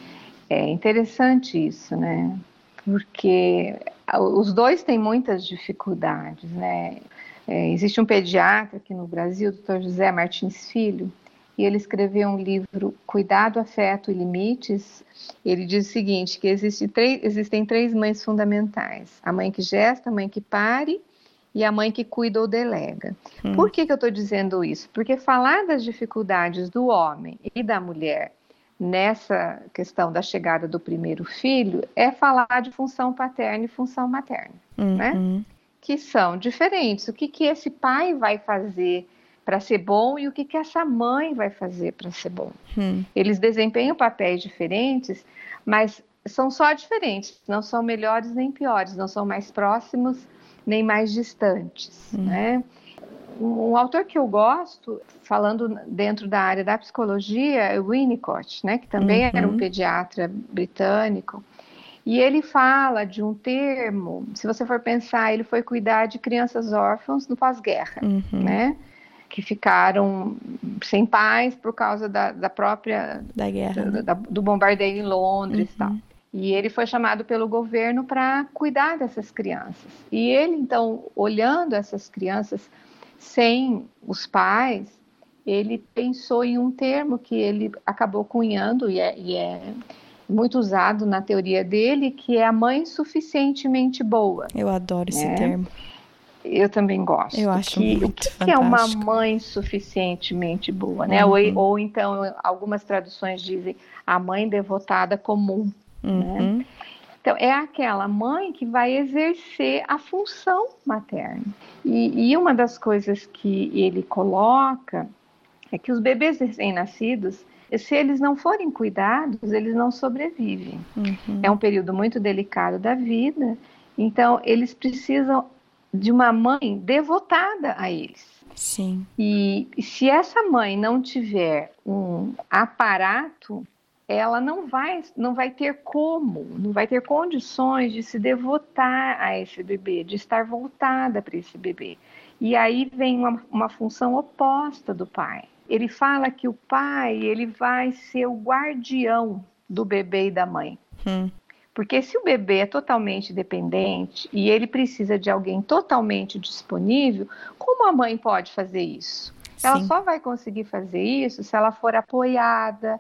É interessante isso, né? Porque os dois têm muitas dificuldades, né? É, existe um pediatra aqui no Brasil, o doutor José Martins Filho, e ele escreveu um livro, Cuidado, Afeto e Limites. Ele diz o seguinte, que existe três, existem três mães fundamentais. A mãe que gesta, a mãe que pare e a mãe que cuida ou delega. Hum. Por que que eu estou dizendo isso? Porque falar das dificuldades do homem e da mulher nessa questão da chegada do primeiro filho é falar de função paterna e função materna, uhum. né? Que são diferentes. O que que esse pai vai fazer para ser bom e o que, que essa mãe vai fazer para ser bom. Hum. Eles desempenham papéis diferentes, mas são só diferentes, não são melhores nem piores, não são mais próximos nem mais distantes, hum. né? Um, um autor que eu gosto, falando dentro da área da psicologia, é Winnicott, né? Que também Uhum. era um pediatra britânico. E ele fala de um termo, se você for pensar, ele foi cuidar de crianças órfãos no pós-guerra, Uhum. né? Que ficaram sem pais por causa da, da própria... Da guerra, da, né? da, do bombardeio em Londres e Uhum. tal. E ele foi chamado pelo governo para cuidar dessas crianças. E ele, então, olhando essas crianças sem os pais, ele pensou em um termo que ele acabou cunhando, e é, e é muito usado na teoria dele, que é a mãe suficientemente boa. Eu adoro esse né? termo. Eu também gosto. Eu acho que, muito o que, fantástico. que é uma mãe suficientemente boa, né? Uhum. Ou, ou então, algumas traduções dizem a mãe devotada comum. Uhum. Né? Então, é aquela mãe que vai exercer a função materna. E, e uma das coisas que ele coloca é que os bebês recém-nascidos, se eles não forem cuidados, eles não sobrevivem. Uhum. É um período muito delicado da vida, então eles precisam de uma mãe devotada a eles. Sim. E se essa mãe não tiver um aparato, ela não vai, não vai ter como, não vai ter condições de se devotar a esse bebê, de estar voltada para esse bebê. E aí vem uma, uma função oposta do pai. Ele fala que o pai, ele vai ser o guardião do bebê e da mãe. Hum. Porque se o bebê é totalmente dependente e ele precisa de alguém totalmente disponível, como a mãe pode fazer isso? Sim. Ela só vai conseguir fazer isso se ela for apoiada,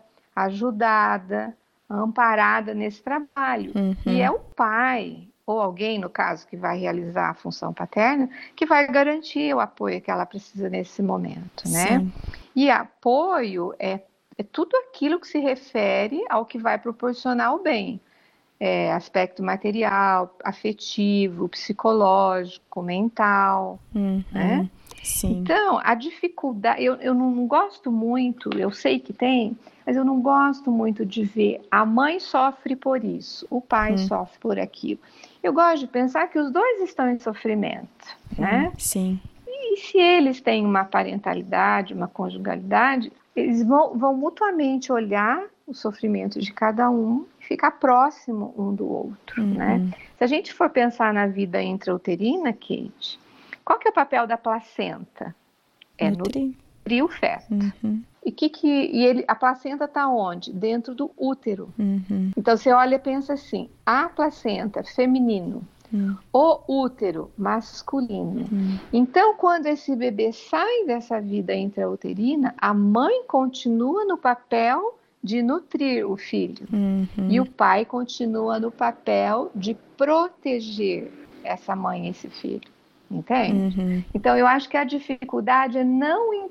ajudada, amparada nesse trabalho. Uhum. E é o pai, ou alguém, no caso, que vai realizar a função paterna, que vai garantir o apoio que ela precisa nesse momento, né? Sim. E apoio é, é tudo aquilo que se refere ao que vai proporcionar o bem. É, aspecto material, afetivo, psicológico, mental, Uhum. né? Sim. Então, a dificuldade, eu, eu não gosto muito, eu sei que tem, mas eu não gosto muito de ver a mãe sofre por isso, o pai Hum. sofre por aquilo. Eu gosto de pensar que os dois estão em sofrimento, Hum. né? Sim. E se eles têm uma parentalidade, uma conjugalidade, eles vão, vão mutuamente olhar o sofrimento de cada um e ficar próximo um do outro, Uhum. né? Se a gente for pensar na vida intrauterina, Kate, qual que é o papel da placenta? É Nutrir. nutrir o feto. Uhum. E, que que, e ele, a placenta está onde? Dentro do útero. Uhum. Então você olha e pensa assim, a placenta feminino, Uhum. o útero masculino. Uhum. Então, quando esse bebê sai dessa vida intrauterina, a mãe continua no papel de nutrir o filho. Uhum. E o pai continua no papel de proteger essa mãe e esse filho. Entende? Uhum. Então, eu acho que a dificuldade é não,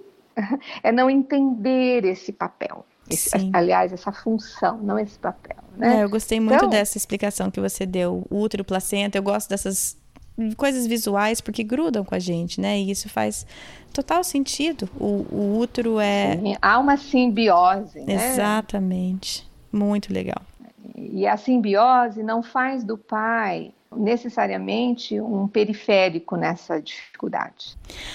é não entender esse papel. Esse, aliás, essa função, não esse papel. Né? É, eu gostei muito então, dessa explicação que você deu. Útero, placenta, eu gosto dessas coisas visuais porque grudam com a gente, né? E isso faz total sentido. O, o útero é... Sim, há uma simbiose, né? Exatamente. Muito legal. E a simbiose não faz do pai necessariamente um periférico nessa dificuldade.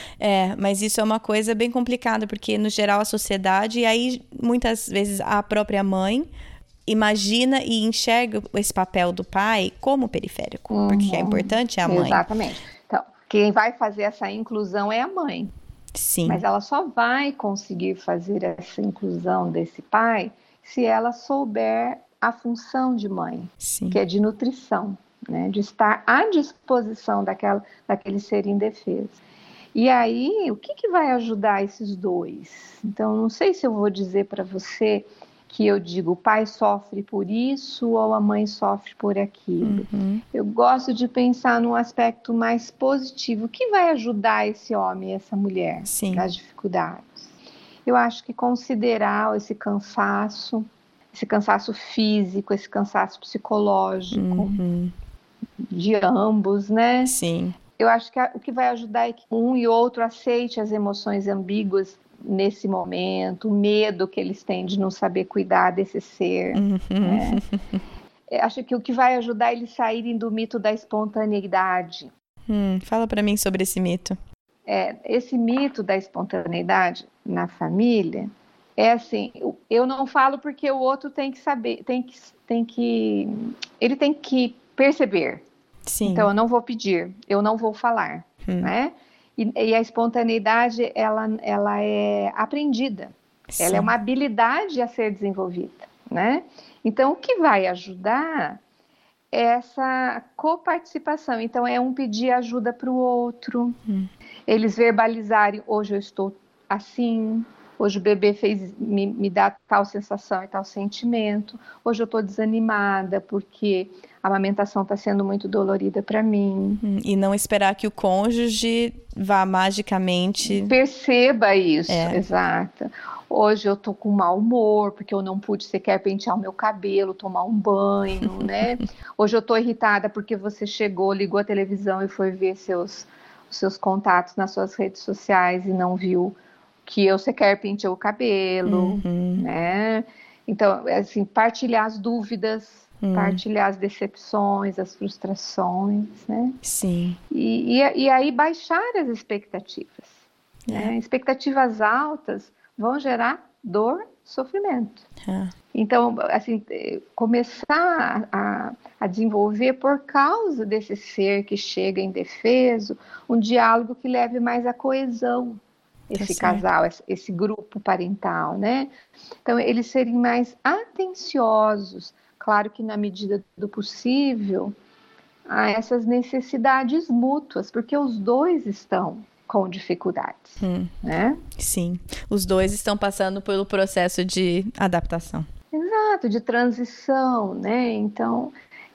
É, mas isso é uma coisa bem complicada, porque no geral a sociedade, e aí muitas vezes a própria mãe imagina e enxerga esse papel do pai como periférico, uhum. porque é importante a mãe. Exatamente. Então, quem vai fazer essa inclusão é a mãe. Sim. Mas ela só vai conseguir fazer essa inclusão desse pai se ela souber a função de mãe, Sim. que é de nutrição. Né, de estar à disposição daquela, daquele ser indefeso. E aí, o que, que vai ajudar esses dois? Então, não sei se eu vou dizer para você que eu digo o pai sofre por isso ou a mãe sofre por aquilo. Uhum. Eu gosto de pensar num aspecto mais positivo. O que vai ajudar esse homem e essa mulher Sim. nas dificuldades? Eu acho que considerar esse cansaço, esse cansaço físico, esse cansaço psicológico, uhum. de ambos, né? Sim. eu acho que a, o que vai ajudar é que um e outro aceite as emoções ambíguas nesse momento, o medo que eles têm de não saber cuidar desse ser. Uhum. Né? Eu acho que o que vai ajudar é eles saírem do mito da espontaneidade. Hum, fala para mim sobre esse mito. É, esse mito da espontaneidade na família é assim, eu não falo porque o outro tem que saber, tem que, tem que, ele tem que perceber. Sim. Então eu não vou pedir, eu não vou falar, hum. né? E, e a espontaneidade, ela, ela é aprendida, Sim. ela é uma habilidade a ser desenvolvida, né? Então o que vai ajudar é essa coparticipação. Então é um pedir ajuda para o outro, hum. eles verbalizarem, hoje eu estou assim, hoje o bebê fez, me, me dá tal sensação e tal sentimento, hoje eu estou desanimada porque a amamentação está sendo muito dolorida para mim. E não esperar que o cônjuge vá magicamente... Perceba isso, é. Exato. Hoje eu tô com mau humor, porque eu não pude sequer pentear o meu cabelo, tomar um banho, né? Hoje eu tô irritada porque você chegou, ligou a televisão e foi ver seus, seus contatos nas suas redes sociais e não viu que eu sequer penteei o cabelo, uhum. né? Então, assim, partilhar as dúvidas, Hum. partilhar as decepções, as frustrações, né? Sim. E, e, e aí baixar as expectativas. É. Né? Expectativas altas vão gerar dor, sofrimento. É. Então, assim, começar a, a desenvolver, por causa desse ser que chega indefeso, um diálogo que leve mais à coesão. Esse tá casal, esse, esse grupo parental, né? Então, eles serem mais atenciosos, claro que na medida do possível, a essas necessidades mútuas, porque os dois estão com dificuldades, hum. né? Sim, os dois estão passando pelo processo de adaptação. Exato, de transição, né? Então,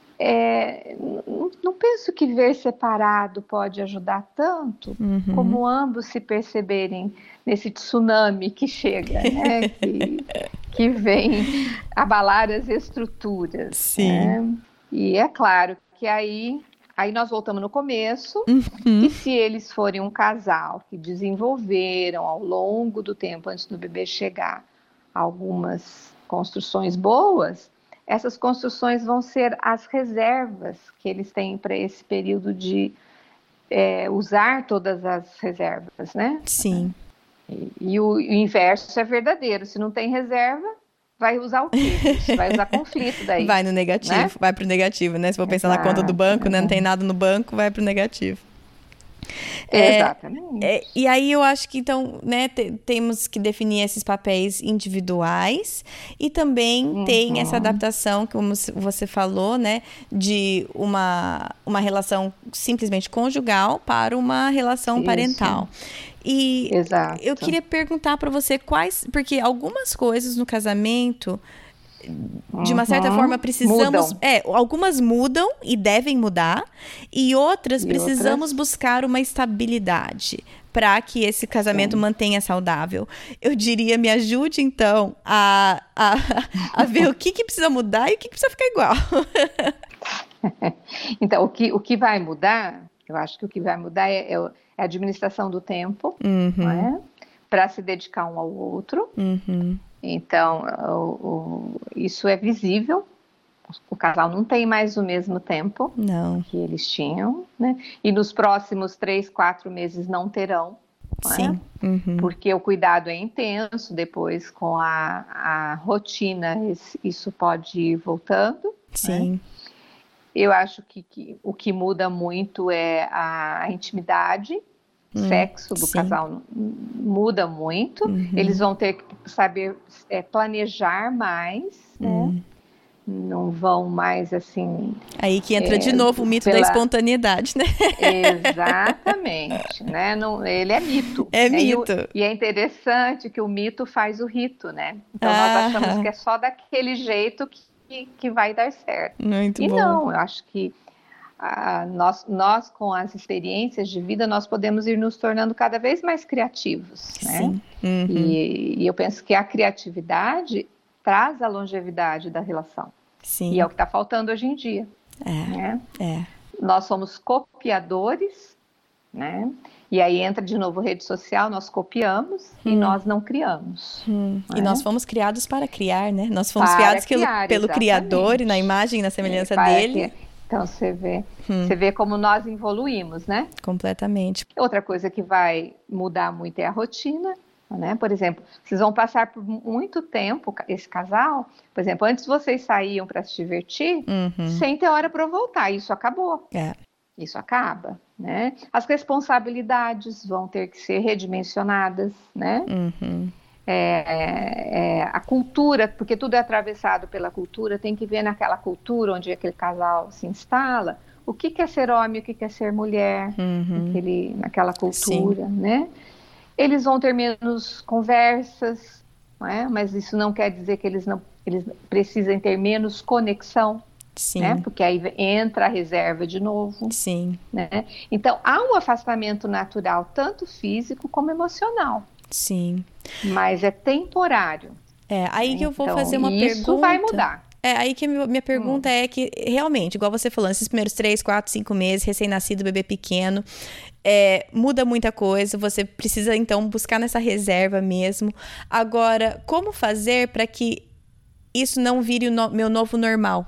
é, não, não penso que ver separado pode ajudar tanto, uhum. como ambos se perceberem nesse tsunami que chega, né? que, que vem abalar as estruturas. Sim. Né? E é claro que aí, aí nós voltamos no começo, uhum. e se eles forem um casal que desenvolveram ao longo do tempo, antes do bebê chegar, algumas construções boas, essas construções vão ser as reservas que eles têm para esse período de é, usar todas as reservas, né? Sim. E, e o, o inverso é verdadeiro. Se não tem reserva, vai usar o quê? Vai usar conflito daí. Vai no negativo, né? Vai para o negativo, né? Se for pensar Exato, na conta do banco, é. né? Não tem nada no banco, vai para o negativo. É, Exatamente. É, e aí eu acho que então, né, te, temos que definir esses papéis individuais e também uhum. tem essa adaptação, como você falou, né, de uma, uma relação simplesmente conjugal para uma relação Isso. parental. E Exato. eu queria perguntar para você quais, porque algumas coisas no casamento, de uma certa uhum. forma, precisamos... Mudam. É, algumas mudam e devem mudar, e outras e precisamos outras? buscar uma estabilidade para que esse casamento Sim. mantenha saudável. Eu diria, me ajude, então, a, a, a ver o que, que precisa mudar e o que, que precisa ficar igual. Então, o que, o que vai mudar, eu acho que o que vai mudar é, é a administração do tempo, uhum. não é? Para se dedicar um ao outro. Uhum. Então, o, o, isso é visível, o casal não tem mais o mesmo tempo não. que eles tinham, né? E nos próximos três, quatro meses não terão, Sim. É? Uhum. Porque o cuidado é intenso, depois com a, a rotina isso pode ir voltando. Sim. Né? Eu acho que, que o que muda muito é a, a intimidade, Hum, sexo do sim. casal muda muito, uhum. eles vão ter que saber é, planejar mais, hum. né? Não vão mais assim... Aí que entra é, de novo o mito pela... da espontaneidade, né? Exatamente, né? Não, ele é mito. É né? mito. E, o, e é interessante que o mito faz o rito, né? Então ah. nós achamos que é só daquele jeito que, que vai dar certo. Muito e bom. não, eu acho que Ah, nós, nós, com as experiências de vida, nós podemos ir nos tornando cada vez mais criativos, né? Sim. Uhum. E, e eu penso que a criatividade traz a longevidade da relação. Sim. E é o que está faltando hoje em dia. É, né? é. Nós somos copiadores né? E aí entra de novo rede social, nós copiamos hum. e nós não criamos. Hum. Não e é? nós fomos criados para criar, né? Nós fomos para criados criar, pelo, pelo Criador, e na imagem e na semelhança para dele. Que... Então você vê, hum. você vê como nós evoluímos, né? Completamente. Outra coisa que vai mudar muito é a rotina, né? Por exemplo, vocês vão passar por muito tempo, esse casal, por exemplo, antes vocês saíam para se divertir, uhum. sem ter hora para voltar, isso acabou. É. Isso acaba, né? As responsabilidades vão ter que ser redimensionadas, né? Uhum. É, é, a cultura, porque tudo é atravessado pela cultura, tem que ver naquela cultura onde aquele casal se instala, o que, que é ser homem, o que, que é ser mulher, uhum. naquele, naquela cultura, Sim. né? Eles vão ter menos conversas, não é? Mas isso não quer dizer que eles não eles precisem ter menos conexão. Sim. Né? Porque aí entra a reserva de novo. Sim. Né? Então, há um afastamento natural, tanto físico como emocional. Sim. Mas é temporário. É, aí que eu vou então, fazer uma isso pergunta. Isso vai mudar. É, aí que a minha pergunta hum. é que, realmente, igual você falou, esses primeiros três, quatro, cinco meses, recém-nascido, bebê pequeno, é, muda muita coisa, você precisa, então, buscar nessa reserva mesmo. Agora, como fazer para que isso não vire o no- meu novo normal?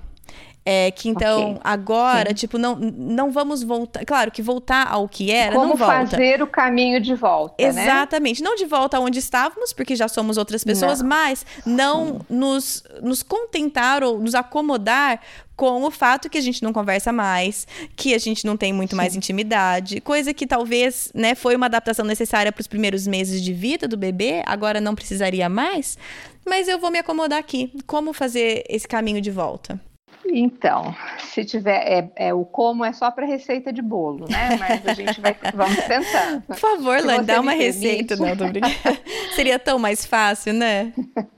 É, que então, okay. agora, Sim. tipo, não, não vamos voltar... Claro que voltar ao que era, Como não volta. Como fazer o caminho de volta, Exatamente. né? Não de volta aonde estávamos, porque já somos outras pessoas, não. mas não nos, nos contentar ou nos acomodar com o fato que a gente não conversa mais, que a gente não tem muito Sim. mais intimidade, coisa que talvez, né, foi uma adaptação necessária para os primeiros meses de vida do bebê, agora não precisaria mais, mas eu vou me acomodar aqui. Como fazer esse caminho de volta? Então, se tiver, é, é, o como é só para receita de bolo, né? Mas a gente vai, vamos tentando. Por favor, Lani, dá uma receita. Não, tô brincando. Seria tão mais fácil, né?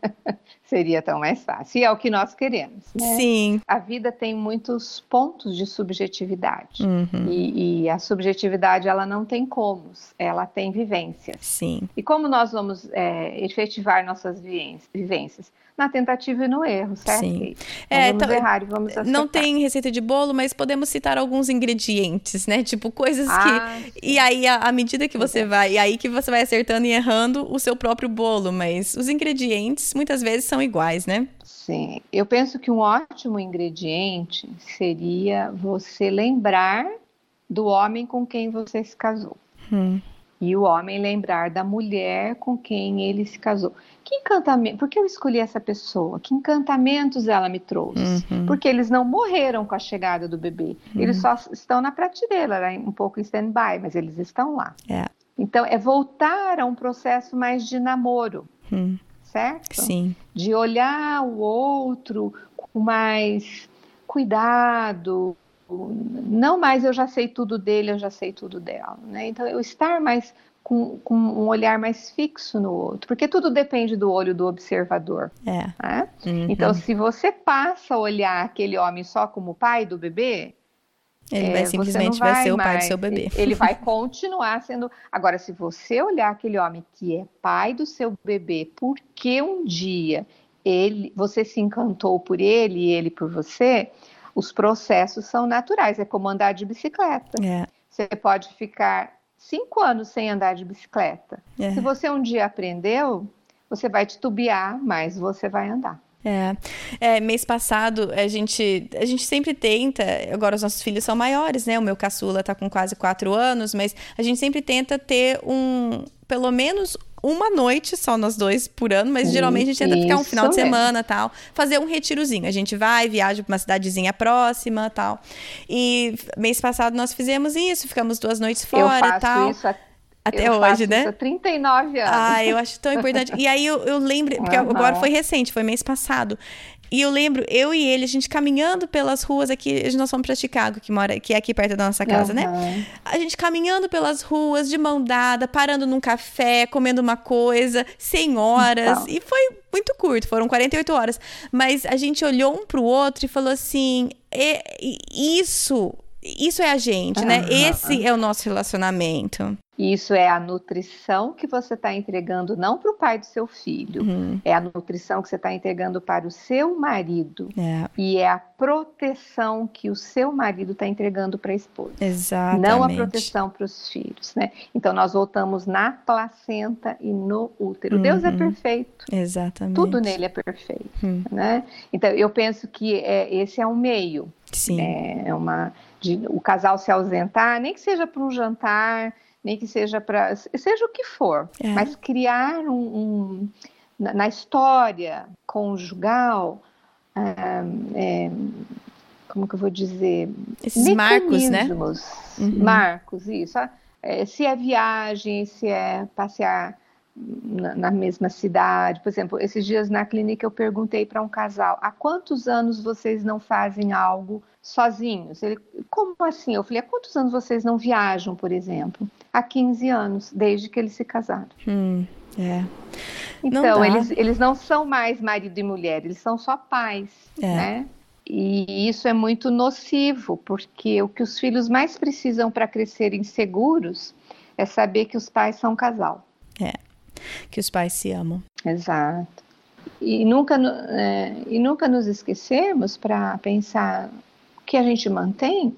Seria tão mais fácil. E é o que nós queremos, né? Sim. A vida tem muitos pontos de subjetividade. Uhum. E, e a subjetividade, ela não tem comos, ela tem vivências. Sim. E como nós vamos é, efetivar nossas vivências? Na tentativa e no erro, certo? Sim. Então, é, vamos então, errar e vamos acertar. Não tem receita de bolo, mas podemos citar alguns ingredientes, né? Tipo, coisas ah, que... Sim. E aí, à medida que você vai... E aí que você vai acertando e errando o seu próprio bolo. Mas os ingredientes, muitas vezes, são iguais, né? Sim. Eu penso que um ótimo ingrediente seria você lembrar do homem com quem você se casou. Hum. E o homem lembrar da mulher com quem ele se casou. Que encantamento, por que eu escolhi essa pessoa? Que encantamentos ela me trouxe? Uhum. Porque eles não morreram com a chegada do bebê. Uhum. Eles só estão na prateleira, um pouco em stand-by, mas eles estão lá. É. Então, é voltar a um processo mais de namoro, uhum. certo? Sim. De olhar o outro com mais cuidado. Não mais eu já sei tudo dele, eu já sei tudo dela, né? Então, eu estar mais com, com um olhar mais fixo no outro, porque tudo depende do olho do observador. É. Né? Uhum. Então, se você passa a olhar aquele homem só como pai do bebê, ele é, vai simplesmente vai, vai ser o pai mais, do seu bebê. Ele vai continuar sendo... Agora, se você olhar aquele homem que é pai do seu bebê, porque um dia ele, você se encantou por ele e ele por você... Os processos são naturais, é como andar de bicicleta. É. Você pode ficar cinco anos sem andar de bicicleta. É. Se você um dia aprendeu, você vai titubear, mas você vai andar. É. é, mês passado a gente, a gente sempre tenta, agora os nossos filhos são maiores, né? O meu caçula tá com quase quatro anos, mas a gente sempre tenta ter um, pelo menos uma noite só nós dois por ano, mas geralmente a gente tenta ficar um final de semana e tal, fazer um retirozinho. A gente vai, viaja para uma cidadezinha próxima e tal. E mês passado nós fizemos isso, ficamos duas noites fora e tal. Eu faço isso a... Até eu hoje, né? Isso há trinta e nove anos. Ah, eu acho tão importante. E aí eu, eu lembro, porque uhum. agora foi recente, foi mês passado. E eu lembro, eu e ele, a gente caminhando pelas ruas aqui, nós fomos pra Chicago, que, mora, que é aqui perto da nossa casa, uhum. né? A gente caminhando pelas ruas, de mão dada, parando num café, comendo uma coisa, cem horas. Então. E foi muito curto, foram quarenta e oito horas. Mas a gente olhou um pro outro e falou assim, e, e isso isso é a gente, uhum. né? Esse é o nosso relacionamento. Isso é a nutrição que você está entregando não para o pai do seu filho, uhum. é a nutrição que você está entregando para o seu marido é. e é a proteção que o seu marido está entregando para a esposa. Exatamente. Não a proteção para os filhos, né? Então nós voltamos na placenta e no útero. Uhum. Deus é perfeito. Exatamente. Tudo nele é perfeito, uhum. né? Então eu penso que é, esse é um meio. Sim. É, é uma de, o casal se ausentar, nem que seja para um jantar, nem que seja para, seja o que for, é. mas criar um, um na, na história conjugal, ah, é, como que eu vou dizer? Esses marcos, né? Uhum. Marcos, isso. É, se é viagem, se é passear na, na mesma cidade. Por exemplo, esses dias na clínica eu perguntei para um casal, há quantos anos vocês não fazem algo sozinhos? Ele, como assim? Eu falei, há quantos anos vocês não viajam, por exemplo? Há quinze anos, desde que eles se casaram. Hum, é. Então, eles, eles não são mais marido e mulher, eles são só pais, é. né? E isso é muito nocivo, porque o que os filhos mais precisam para crescerem seguros é saber que os pais são um casal. É, que os pais se amam. Exato. E nunca, é, e nunca nos esquecermos para pensar o que a gente mantém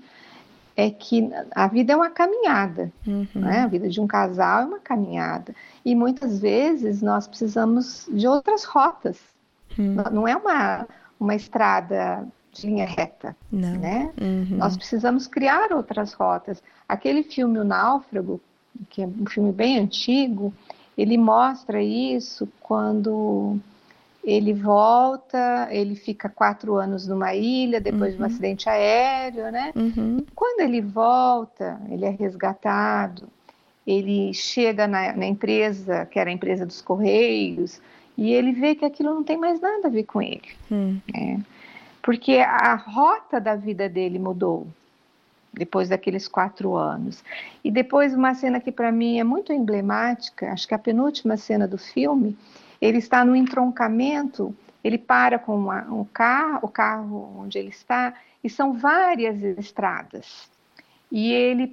é que a vida é uma caminhada, uhum. né? A vida de um casal é uma caminhada. E muitas vezes nós precisamos de outras rotas. Uhum. Não é uma, uma estrada de linha reta, Não. né? Uhum. Nós precisamos criar outras rotas. Aquele filme O Náufrago, que é um filme bem antigo, ele mostra isso quando ele volta, ele fica quatro anos numa ilha, depois uhum. de um acidente aéreo, né? Uhum. Quando ele volta, ele é resgatado, ele chega na, na empresa, que era a empresa dos Correios, e ele vê que aquilo não tem mais nada a ver com ele. Uhum. Né? Porque a rota da vida dele mudou, depois daqueles quatro anos. E depois uma cena que para mim é muito emblemática, acho que a penúltima cena do filme, ele está no entroncamento, ele para com uma, um carro, o carro onde ele está, e são várias estradas. E ele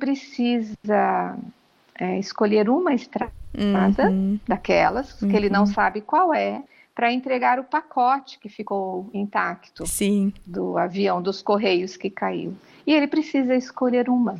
precisa é, escolher uma estrada uhum. daquelas, uhum. que ele não sabe qual é, para entregar o pacote que ficou intacto Sim. do avião dos Correios que caiu. E ele precisa escolher uma.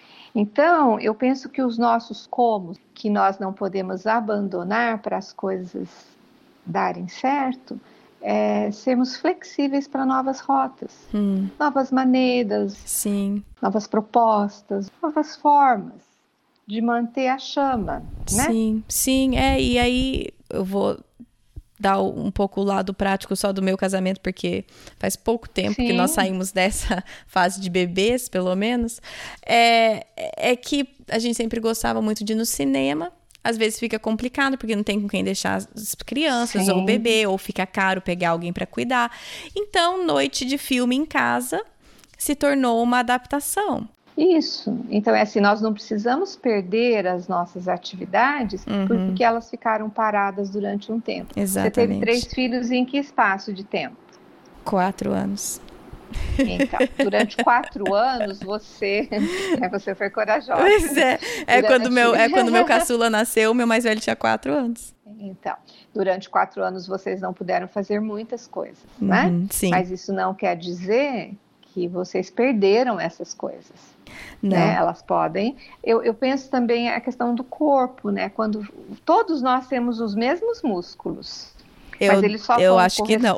Então, eu penso que os nossos comos, que nós não podemos abandonar para as coisas darem certo, é sermos flexíveis para novas rotas, hum. novas maneiras, Sim. novas propostas, novas formas de manter a chama, né? Sim, sim, é, e aí eu vou dar um pouco o lado prático só do meu casamento, porque faz pouco tempo Sim. que nós saímos dessa fase de bebês, pelo menos, é, é que a gente sempre gostava muito de ir no cinema. Às vezes fica complicado, porque não tem com quem deixar as crianças Sim. ou o bebê, ou fica caro pegar alguém para cuidar. Então, noite de filme em casa se tornou uma adaptação. Isso. Então, é assim, nós não precisamos perder as nossas atividades uhum. porque elas ficaram paradas durante um tempo. Exatamente. Você teve três filhos em que espaço de tempo? Quatro anos. Então, durante quatro anos, você, é, você foi corajosa. Pois é. É, durante... quando meu, é quando meu caçula nasceu, meu mais velho tinha quatro anos. Então, durante quatro anos, vocês não puderam fazer muitas coisas, uhum, né? Sim. Mas isso não quer dizer que vocês perderam essas coisas. Não. Né? Elas podem. Eu, eu penso também a questão do corpo, né? Quando todos nós temos os mesmos músculos, eu, mas eles só eu vão acho que não.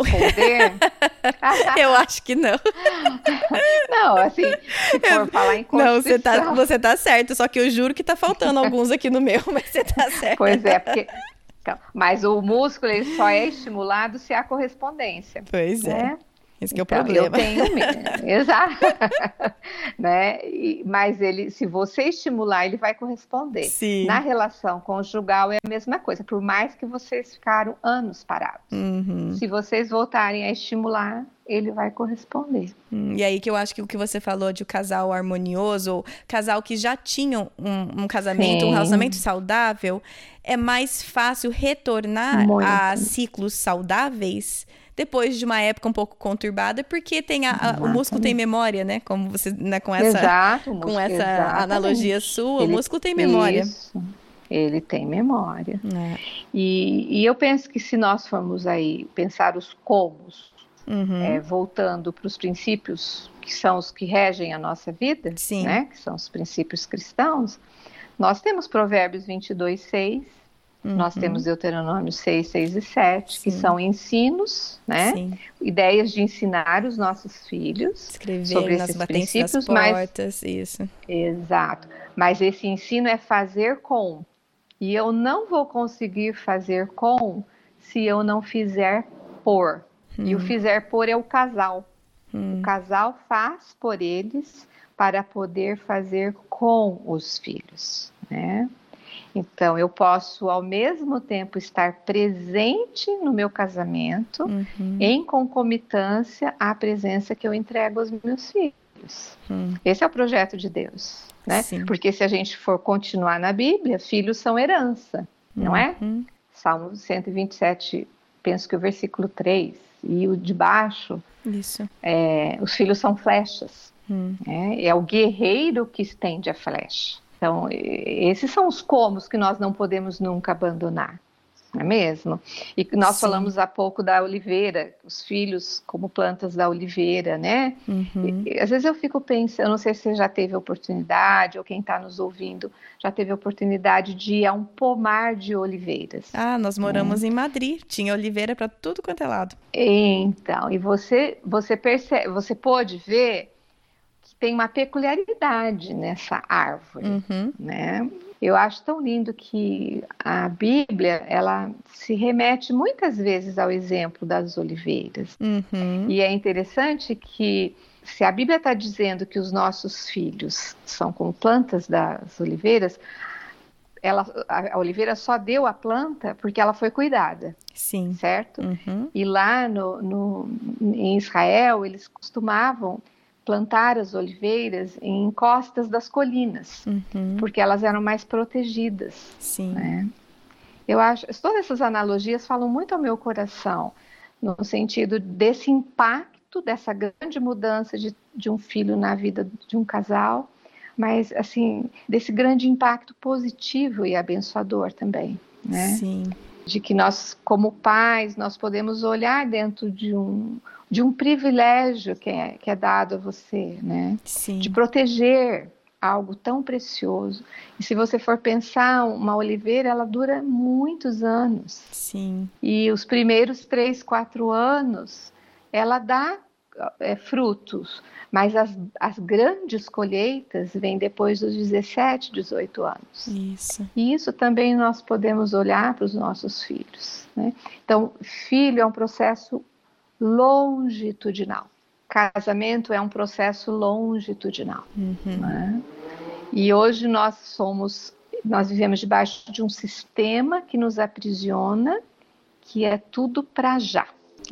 Eu acho que não. Não, assim, se for falar em Constituição... Não, você tá, você tá certo, só que eu juro que tá faltando alguns aqui no meu, mas você tá certo. Pois é, porque... Então, mas o músculo ele só é estimulado se há correspondência. Pois né? é. Esse que então, é o problema. Eu tenho mesmo. Exato. né? E, mas ele, se você estimular, ele vai corresponder. Sim. Na relação conjugal é a mesma coisa, por mais que vocês ficaram anos parados. Uhum. Se vocês voltarem a estimular, ele vai corresponder. Hum, e aí que eu acho que o que você falou de um casal harmonioso, ou casal que já tinham um, um casamento, Sim. um relacionamento saudável, é mais fácil retornar Muito. a ciclos saudáveis depois de uma época um pouco conturbada, porque tem a, a, o músculo tem memória, né? Como você, né, com essa, Exato, com essa exatamente. analogia sua, Ele, o músculo tem memória. Isso, ele tem memória. É. E, e eu penso que se nós formos aí pensar os comos, Uhum. é, voltando para os princípios que são os que regem a nossa vida, Sim. né, que são os princípios cristãos, nós temos Provérbios vinte e dois, seis, uhum. nós temos Deuteronômio seis, seis e sete, Sim. que são ensinos, né, Sim. ideias de ensinar os nossos filhos Escrever sobre nas esses batentes princípios, das portas, mas, isso. Exato, mas esse ensino é fazer com, e eu não vou conseguir fazer com se eu não fizer por. Hum. E o fizer por é o casal. Hum. O casal faz por eles para poder fazer com os filhos, né? Então, eu posso, ao mesmo tempo, estar presente no meu casamento, uhum. em concomitância à presença que eu entrego aos meus filhos. Hum. Esse é o projeto de Deus, né? Sim. Porque se a gente for continuar na Bíblia, filhos são herança, uhum. não é? Salmo cento e vinte e sete, penso que o versículo três, e o de baixo, Isso. É, os filhos são flechas. Hum. É, é o guerreiro que estende a flecha. Então, esses são os comos que nós não podemos nunca abandonar, não é mesmo? E nós Sim. falamos há pouco da oliveira, os filhos como plantas da oliveira, né? Uhum. E, às vezes eu fico pensando, eu não sei se você já teve a oportunidade, ou quem está nos ouvindo já teve a oportunidade de ir a um pomar de oliveiras. Ah, nós moramos é. em Madrid, tinha oliveira para tudo quanto é lado. Então, e você, você percebe, você pôde ver que tem uma peculiaridade nessa árvore, uhum. né? Eu acho tão lindo que a Bíblia, ela se remete muitas vezes ao exemplo das oliveiras. Uhum. E é interessante que, se a Bíblia está dizendo que os nossos filhos são como plantas das oliveiras, ela, a, a oliveira só deu a planta porque ela foi cuidada. Sim. Certo? Uhum. E lá no, no, em Israel, eles costumavam plantar as oliveiras em encostas das colinas, uhum. porque elas eram mais protegidas. Sim. Né? Eu acho, todas essas analogias falam muito ao meu coração, no sentido desse impacto, dessa grande mudança de, de um filho na vida de um casal, mas assim, desse grande impacto positivo e abençoador também, né? Sim. De que nós, como pais, nós podemos olhar dentro de um, de um privilégio que é, que é dado a você, né? Sim. De proteger algo tão precioso. E se você for pensar, uma oliveira, ela dura muitos anos. Sim. E os primeiros três, quatro anos, ela dá é, frutos, mas as, as grandes colheitas vêm depois dos dezessete, dezoito anos. Isso. E isso também nós podemos olhar para os nossos filhos, né? Então, filho é um processo longitudinal. Casamento é um processo longitudinal. Uhum. Né? E hoje nós somos, nós vivemos debaixo de um sistema que nos aprisiona, que é tudo para já.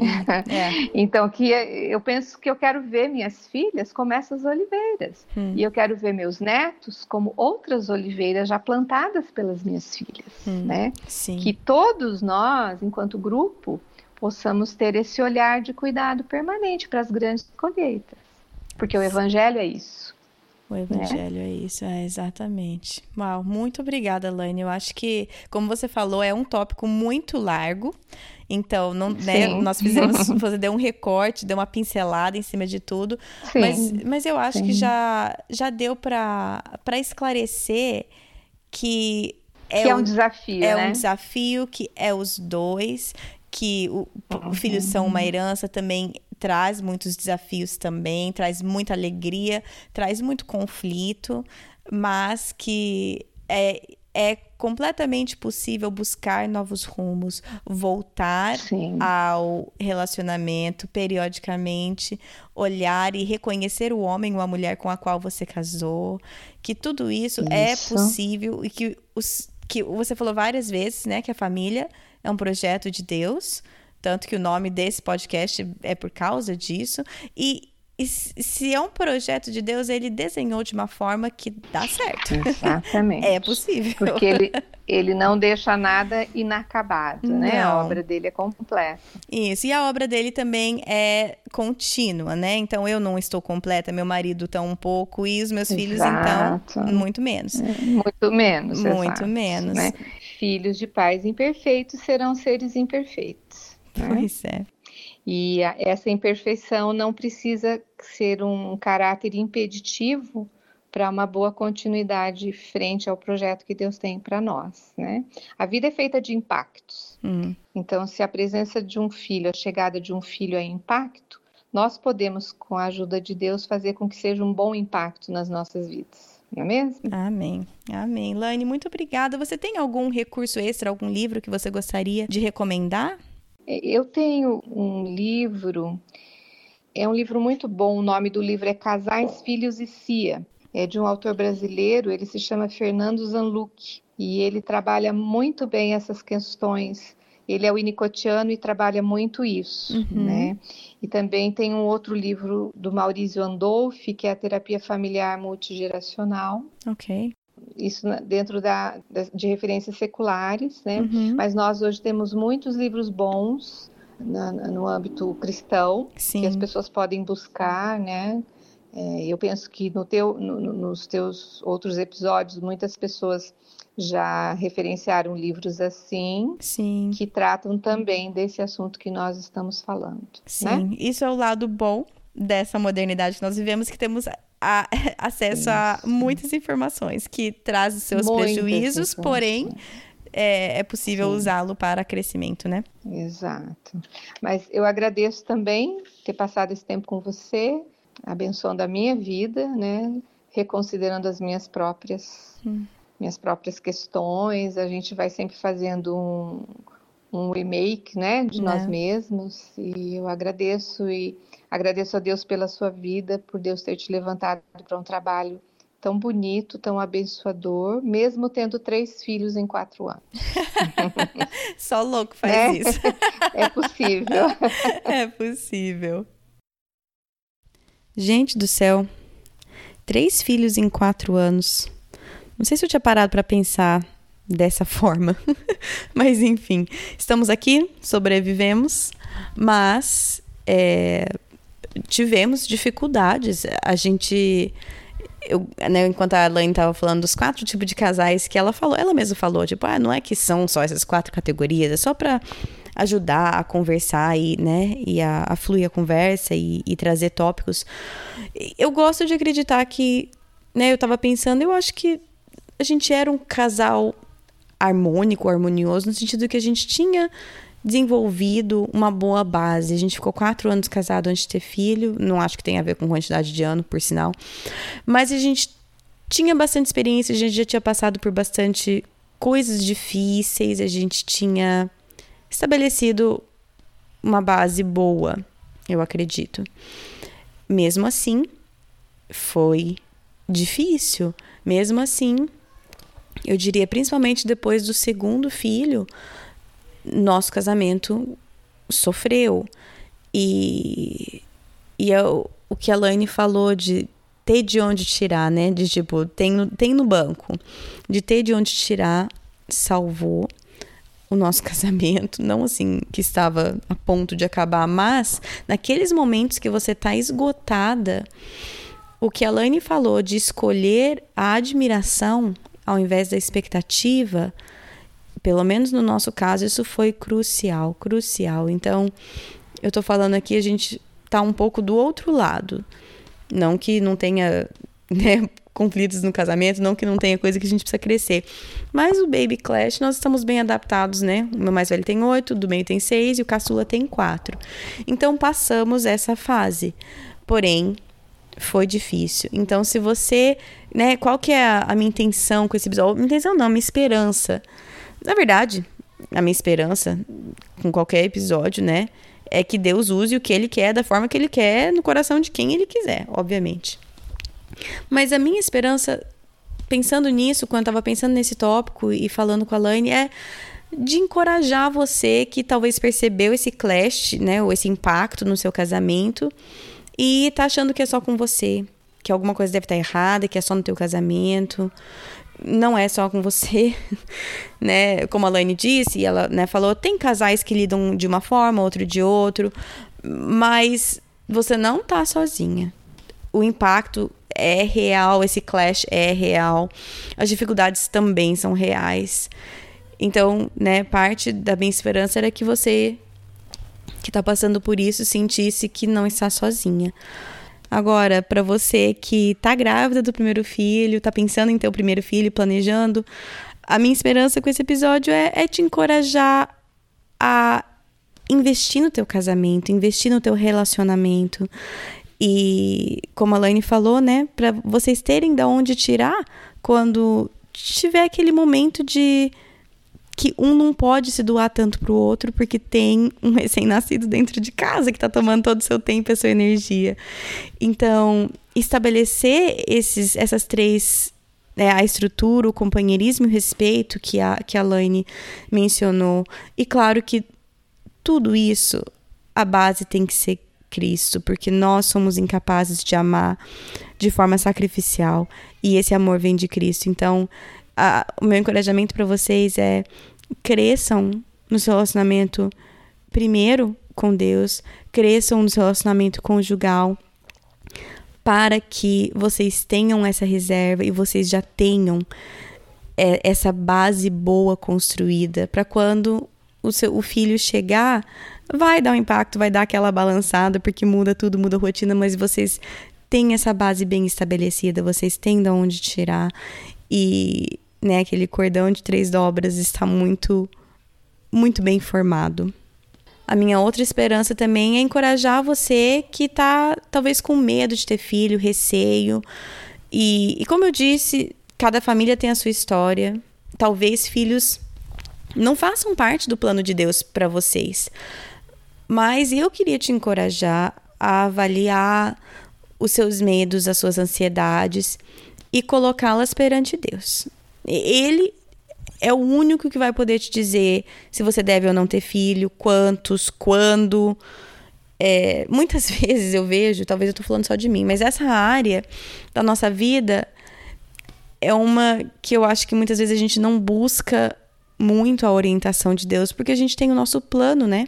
É. Então, que eu penso que eu quero ver minhas filhas como essas oliveiras. Hum. E eu quero ver meus netos como outras oliveiras já plantadas pelas minhas filhas. Hum. Né? Sim. Que todos nós, enquanto grupo, possamos ter esse olhar de cuidado permanente para as grandes colheitas. Porque o Evangelho é isso. O Evangelho é, é isso, é exatamente. Uau, muito obrigada, Laine. Eu acho que, como você falou, é um tópico muito largo. Então, não, né, nós fizemos, você deu um recorte, deu uma pincelada em cima de tudo. Sim, mas, mas eu acho sim. que já, já deu para esclarecer que... É, que é um o, desafio, É né? um desafio que é os dois, que o, uhum. os filhos são uma herança também... traz muitos desafios também, traz muita alegria, traz muito conflito, mas que é, é completamente possível buscar novos rumos, voltar Sim. ao relacionamento periodicamente, olhar e reconhecer o homem ou a mulher com a qual você casou, que tudo isso, isso. é possível e que, os, que você falou várias vezes, né, que a família é um projeto de Deus. Tanto que o nome desse podcast é por causa disso. E, E se é um projeto de Deus, ele desenhou de uma forma que dá certo. Exatamente. É possível. Porque ele, ele não deixa nada inacabado, não. né? A obra dele é completa. Isso, e a obra dele também é contínua, né? Então, eu não estou completa, meu marido está um pouco, e os meus filhos, Exato. então, muito menos. É, muito menos, Muito exato, menos. Né? Filhos de pais imperfeitos serão seres imperfeitos. Né? Pois é. E a, essa imperfeição não precisa ser um caráter impeditivo para uma boa continuidade frente ao projeto que Deus tem para nós, né? A vida é feita de impactos. Hum. Então, se a presença de um filho, a chegada de um filho é impacto, nós podemos, com a ajuda de Deus, fazer com que seja um bom impacto nas nossas vidas. Não é mesmo? Amém. Amém. Laine, muito obrigada. Você tem algum recurso extra, algum livro que você gostaria de recomendar? Eu tenho um livro, é um livro muito bom, o nome do livro é Casais, Filhos e Cia. É de um autor brasileiro, ele se chama Fernando Zanluc, e ele trabalha muito bem essas questões. Ele é winnicottiano e trabalha muito isso, uhum. né? E também tem um outro livro do Maurício Andolfi, que é a Terapia Familiar Multigeracional. Ok. Isso dentro da, de referências seculares, né? Uhum. Mas nós hoje temos muitos livros bons na, no âmbito cristão, Sim. que as pessoas podem buscar, né? É, eu penso que no teu, no, nos teus outros episódios, muitas pessoas já referenciaram livros assim, Sim. que tratam também desse assunto que nós estamos falando. Sim, né? Isso é o lado bom dessa modernidade que nós vivemos, que temos a, acesso Isso. a muitas informações, que traz os seus muitas prejuízos, porém é, é possível Sim. usá-lo para crescimento, né? Exato. Mas eu agradeço também ter passado esse tempo com você, abençoando a minha vida, né? Reconsiderando as minhas próprias, hum. minhas próprias questões. A gente vai sempre fazendo um, um remake, né? De Não. nós mesmos. E eu agradeço e agradeço a Deus pela sua vida, por Deus ter te levantado para um trabalho tão bonito, tão abençoador, mesmo tendo três filhos em quatro anos. Só louco faz é? isso. É possível. É possível. Gente do céu, três filhos em quatro anos. Não sei se eu tinha parado para pensar dessa forma, mas enfim, estamos aqui, sobrevivemos, mas é, tivemos dificuldades. A gente, eu, né, enquanto a Laine estava falando dos quatro tipos de casais que ela falou, ela mesma falou, tipo, ah, não é que são só essas quatro categorias, é só para ajudar a conversar e, né, e a, a fluir a conversa e, e trazer tópicos. Eu gosto de acreditar que, né, eu estava pensando, eu acho que a gente era um casal harmônico, harmonioso, no sentido que a gente tinha desenvolvido uma boa base. A gente ficou quatro anos casado antes de ter filho, não acho que tenha a ver com quantidade de ano, por sinal, mas a gente tinha bastante experiência, a gente já tinha passado por bastante coisas difíceis, a gente tinha estabelecido uma base boa, eu acredito. Mesmo assim, foi difícil. Mesmo assim, eu diria, principalmente depois do segundo filho, nosso casamento sofreu. E, e eu, o que a Laine falou de ter de onde tirar, né? De tipo, tem no, tem no banco. De ter de onde tirar, salvou o nosso casamento, não assim que estava a ponto de acabar, mas naqueles momentos que você está esgotada, o que a Laine falou de escolher a admiração ao invés da expectativa, pelo menos no nosso caso, isso foi crucial, crucial. Então, eu tô falando aqui, a gente tá um pouco do outro lado. Não que não tenha, né, conflitos no casamento, não que não tenha coisa que a gente precisa crescer. Mas o Baby Clash, nós estamos bem adaptados, né? O meu mais velho tem oito, o do meio tem seis e o caçula tem quatro. Então, passamos essa fase. Porém, foi difícil. Então, se você, né, qual que é a, a minha intenção com esse episódio? Minha intenção não, minha esperança. Na verdade, a minha esperança com qualquer episódio, né, é que Deus use o que Ele quer, da forma que Ele quer, no coração de quem Ele quiser, obviamente. Mas a minha esperança, pensando nisso, quando eu estava pensando nesse tópico e falando com a Laine, é de encorajar você que talvez percebeu esse clash, né, ou esse impacto no seu casamento, e tá achando que é só com você, que alguma coisa deve estar errada, que é só no teu casamento. Não é só com você, né? Como a Laine disse, e ela, né, falou, tem casais que lidam de uma forma, outro de outro, mas você não tá sozinha. O impacto é real, esse clash é real, as dificuldades também são reais. Então, né, parte da minha esperança era que você que está passando por isso sentisse que não está sozinha. Agora, para você que está grávida do primeiro filho, está pensando em ter o primeiro filho, planejando, a minha esperança com esse episódio é, é te encorajar a investir no teu casamento, investir no teu relacionamento. E, como a Laine falou, né, para vocês terem de onde tirar quando tiver aquele momento de que um não pode se doar tanto pro outro porque tem um recém-nascido dentro de casa que tá tomando todo o seu tempo e a sua energia. Então, estabelecer esses, essas três, né, a estrutura, o companheirismo e o respeito que a, que a Laine mencionou. E claro que tudo isso, a base tem que ser Cristo, porque nós somos incapazes de amar de forma sacrificial e esse amor vem de Cristo. Então, a, o meu encorajamento para vocês é cresçam no seu relacionamento primeiro com Deus, cresçam no seu relacionamento conjugal, para que vocês tenham essa reserva e vocês já tenham é, essa base boa construída, para quando o, seu, o filho chegar, vai dar um impacto, vai dar aquela balançada, porque muda tudo, muda a rotina, mas vocês têm essa base bem estabelecida, vocês têm de onde tirar, e né, aquele cordão de três dobras está muito, muito bem formado. A minha outra esperança também é encorajar você que está talvez com medo de ter filho, receio. E, e como eu disse, cada família tem a sua história. Talvez filhos não façam parte do plano de Deus para vocês. Mas eu queria te encorajar a avaliar os seus medos, as suas ansiedades e colocá-las perante Deus. Ele é o único que vai poder te dizer se você deve ou não ter filho, quantos, quando. É, muitas vezes eu vejo, talvez eu estou falando só de mim, mas essa área da nossa vida é uma que eu acho que muitas vezes a gente não busca muito a orientação de Deus, porque a gente tem o nosso plano, né?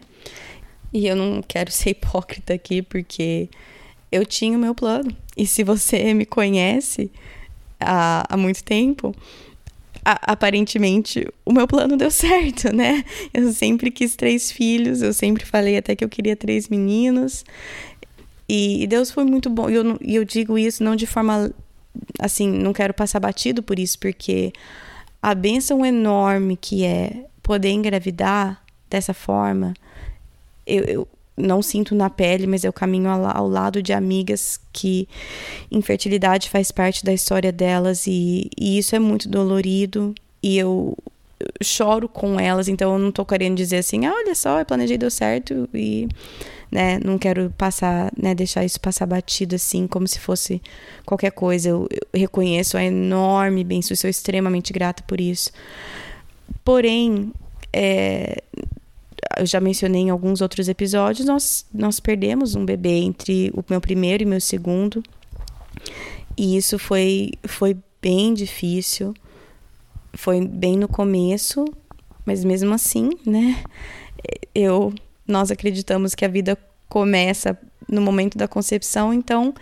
E eu não quero ser hipócrita aqui, porque eu tinha o meu plano. E se você me conhece há, há muito tempo, a, aparentemente o meu plano deu certo, né? Eu sempre quis três filhos, eu sempre falei até que eu queria três meninos. E, e Deus foi muito bom. E eu, eu digo isso não de forma, assim, não quero passar batido por isso, porque a bênção enorme que é poder engravidar dessa forma, eu, eu não sinto na pele, mas eu caminho ao, ao lado de amigas que infertilidade faz parte da história delas, e, e isso é muito dolorido, e eu, eu choro com elas, então eu não tô querendo dizer assim, ah, olha só, eu planejei, deu certo, e né, não quero passar, né, deixar isso passar batido assim, como se fosse qualquer coisa. Eu, eu reconheço a enorme bênção, sou extremamente grata por isso. Porém, é, eu já mencionei em alguns outros episódios, nós, nós perdemos um bebê entre o meu primeiro e meu segundo, e isso foi, foi bem difícil, foi bem no começo, mas mesmo assim, né, eu, nós acreditamos que a vida começa no momento da concepção, então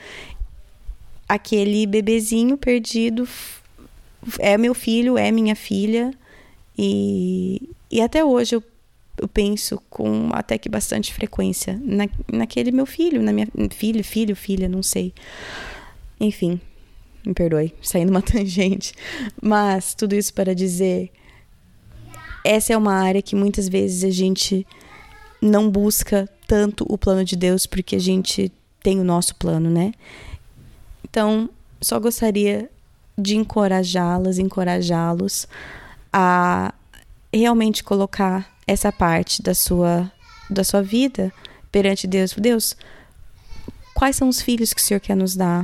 aquele bebezinho perdido é meu filho, é minha filha, e, e até hoje eu eu penso com até que bastante frequência na, naquele meu filho, na minha filho, filho, filha, não sei. Enfim, me perdoe, saindo uma tangente. Mas tudo isso para dizer, essa é uma área que muitas vezes a gente não busca tanto o plano de Deus, porque a gente tem o nosso plano, né? Então, só gostaria de encorajá-las, encorajá-los a realmente colocar essa parte da sua, da sua vida perante Deus. Deus, quais são os filhos que o Senhor quer nos dar?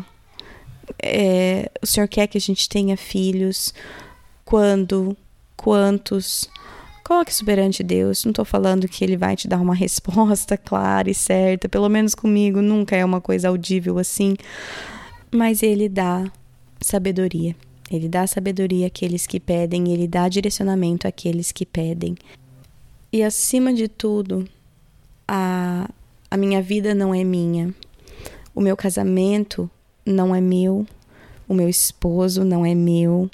É, o Senhor quer que a gente tenha filhos? Quando? Quantos? coloque isso perante Deus. Não estou falando que Ele vai te dar uma resposta clara e certa, pelo menos comigo nunca é uma coisa audível assim, mas Ele dá sabedoria. Ele dá sabedoria àqueles que pedem, Ele dá direcionamento àqueles que pedem. E acima de tudo, a, a minha vida não é minha, o meu casamento não é meu, o meu esposo não é meu,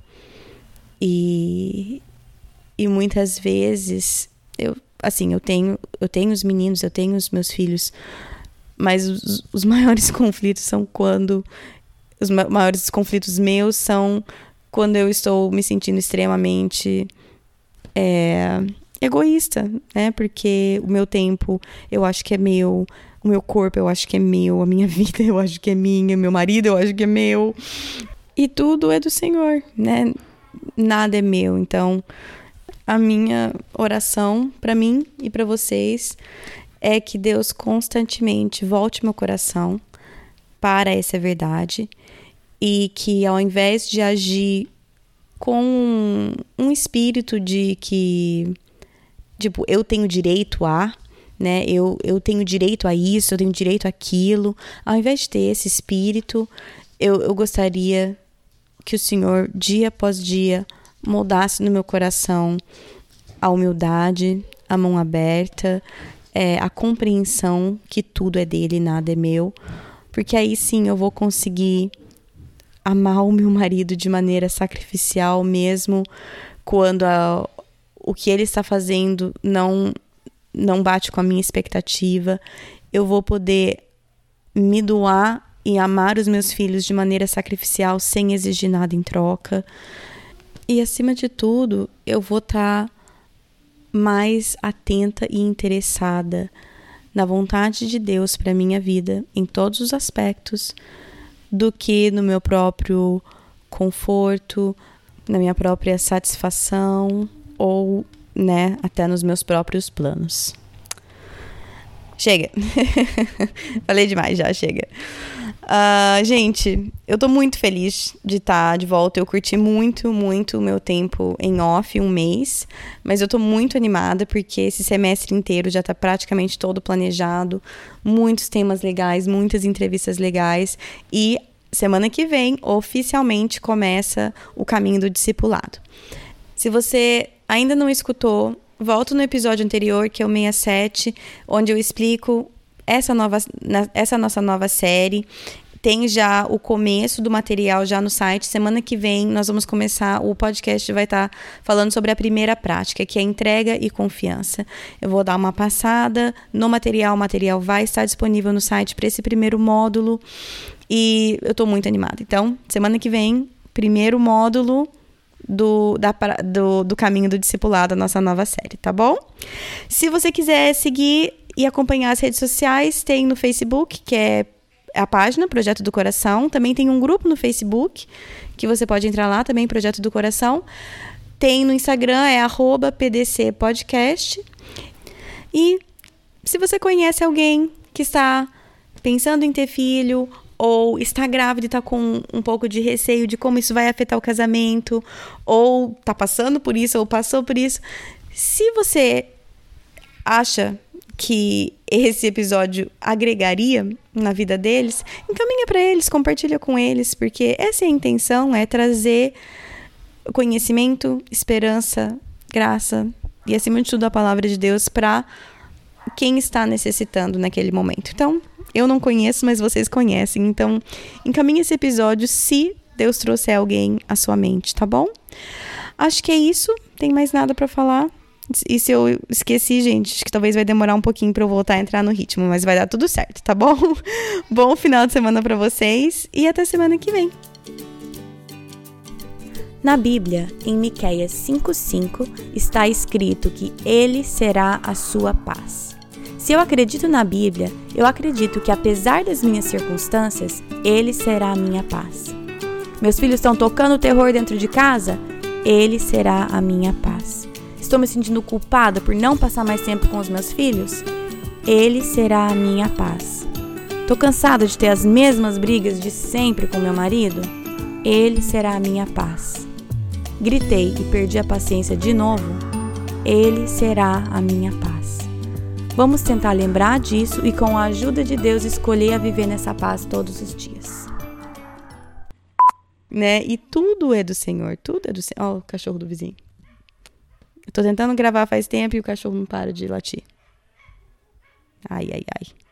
e, e muitas vezes, eu, assim, eu tenho, eu tenho os meninos, eu tenho os meus filhos, mas os, os maiores conflitos são quando, os ma- maiores conflitos meus são quando eu estou me sentindo extremamente é, egoísta, né? Porque o meu tempo eu acho que é meu, o meu corpo eu acho que é meu, a minha vida eu acho que é minha, meu marido eu acho que é meu, e tudo é do Senhor, né? Nada é meu. Então, a minha oração para mim e para vocês é que Deus constantemente volte meu coração para essa verdade e que, ao invés de agir com um, um espírito de que, tipo, eu tenho direito a, né, eu, eu tenho direito a isso, eu tenho direito àquilo, ao invés de ter esse espírito, eu, eu gostaria que o Senhor, dia após dia, moldasse no meu coração a humildade, a mão aberta, é, a compreensão que tudo é dele e nada é meu, porque aí sim eu vou conseguir amar o meu marido de maneira sacrificial, mesmo quando a, o que ele está fazendo não, não bate com a minha expectativa. Eu vou poder me doar e amar os meus filhos de maneira sacrificial, sem exigir nada em troca. E, acima de tudo, eu vou estar mais atenta e interessada na vontade de Deus para a minha vida, em todos os aspectos, do que no meu próprio conforto, na minha própria satisfação ou, né, até nos meus próprios planos. Chega. Falei demais já, chega. Uh, gente, eu tô muito feliz de estar de volta. Eu curti muito, muito o meu tempo em off, um mês. Mas eu tô muito animada porque esse semestre inteiro já tá praticamente todo planejado. Muitos temas legais, muitas entrevistas legais. E semana que vem, oficialmente, começa o caminho do discipulado. Se você ainda não escutou, volta no episódio anterior, que é o sessenta e sete, onde eu explico essa, nova, essa nossa nova série. Tem já o começo do material já no site. Semana que vem nós vamos começar, o podcast vai estar falando sobre a primeira prática, que é entrega e confiança. Eu vou dar uma passada no material, o material vai estar disponível no site para esse primeiro módulo e eu estou muito animada. Então, semana que vem, primeiro módulo Do, da, do, do caminho do discipulado, a nossa nova série, tá bom? Se você quiser seguir e acompanhar as redes sociais, tem no Facebook, que é a página Projeto do Coração. Também tem um grupo no Facebook, que você pode entrar lá também, Projeto do Coração. Tem no Instagram, é arroba P D C Podcast. E se você conhece alguém que está pensando em ter filho, ou está grávida e está com um pouco de receio de como isso vai afetar o casamento, ou está passando por isso, ou passou por isso. Se você acha que esse episódio agregaria na vida deles, encaminha para eles, compartilha com eles, porque essa é a intenção, é trazer conhecimento, esperança, graça e, acima de tudo, a palavra de Deus para quem está necessitando naquele momento. Então, eu não conheço, mas vocês conhecem. Então, encaminhe esse episódio se Deus trouxer alguém à sua mente, tá bom? Acho que é isso. Tem mais nada pra falar. E se eu esqueci, gente, acho que talvez vai demorar um pouquinho pra eu voltar a entrar no ritmo, mas vai dar tudo certo, tá bom? Bom final de semana pra vocês e até semana que vem. Na Bíblia, em Miqueias cinco cinco, está escrito que Ele será a sua paz. Se eu acredito na Bíblia, eu acredito que, apesar das minhas circunstâncias, Ele será a minha paz. Meus filhos estão tocando terror dentro de casa? Ele será a minha paz. Estou me sentindo culpada por não passar mais tempo com os meus filhos? Ele será a minha paz. Estou cansada de ter as mesmas brigas de sempre com meu marido? Ele será a minha paz. Gritei e perdi a paciência de novo? Ele será a minha paz. Vamos tentar lembrar disso e, com a ajuda de Deus, escolher a viver nessa paz todos os dias. Né? E tudo é do Senhor, tudo é do Senhor. Ó, o cachorro do vizinho. Eu tô tentando gravar faz tempo e o cachorro não para de latir. Ai, ai, ai.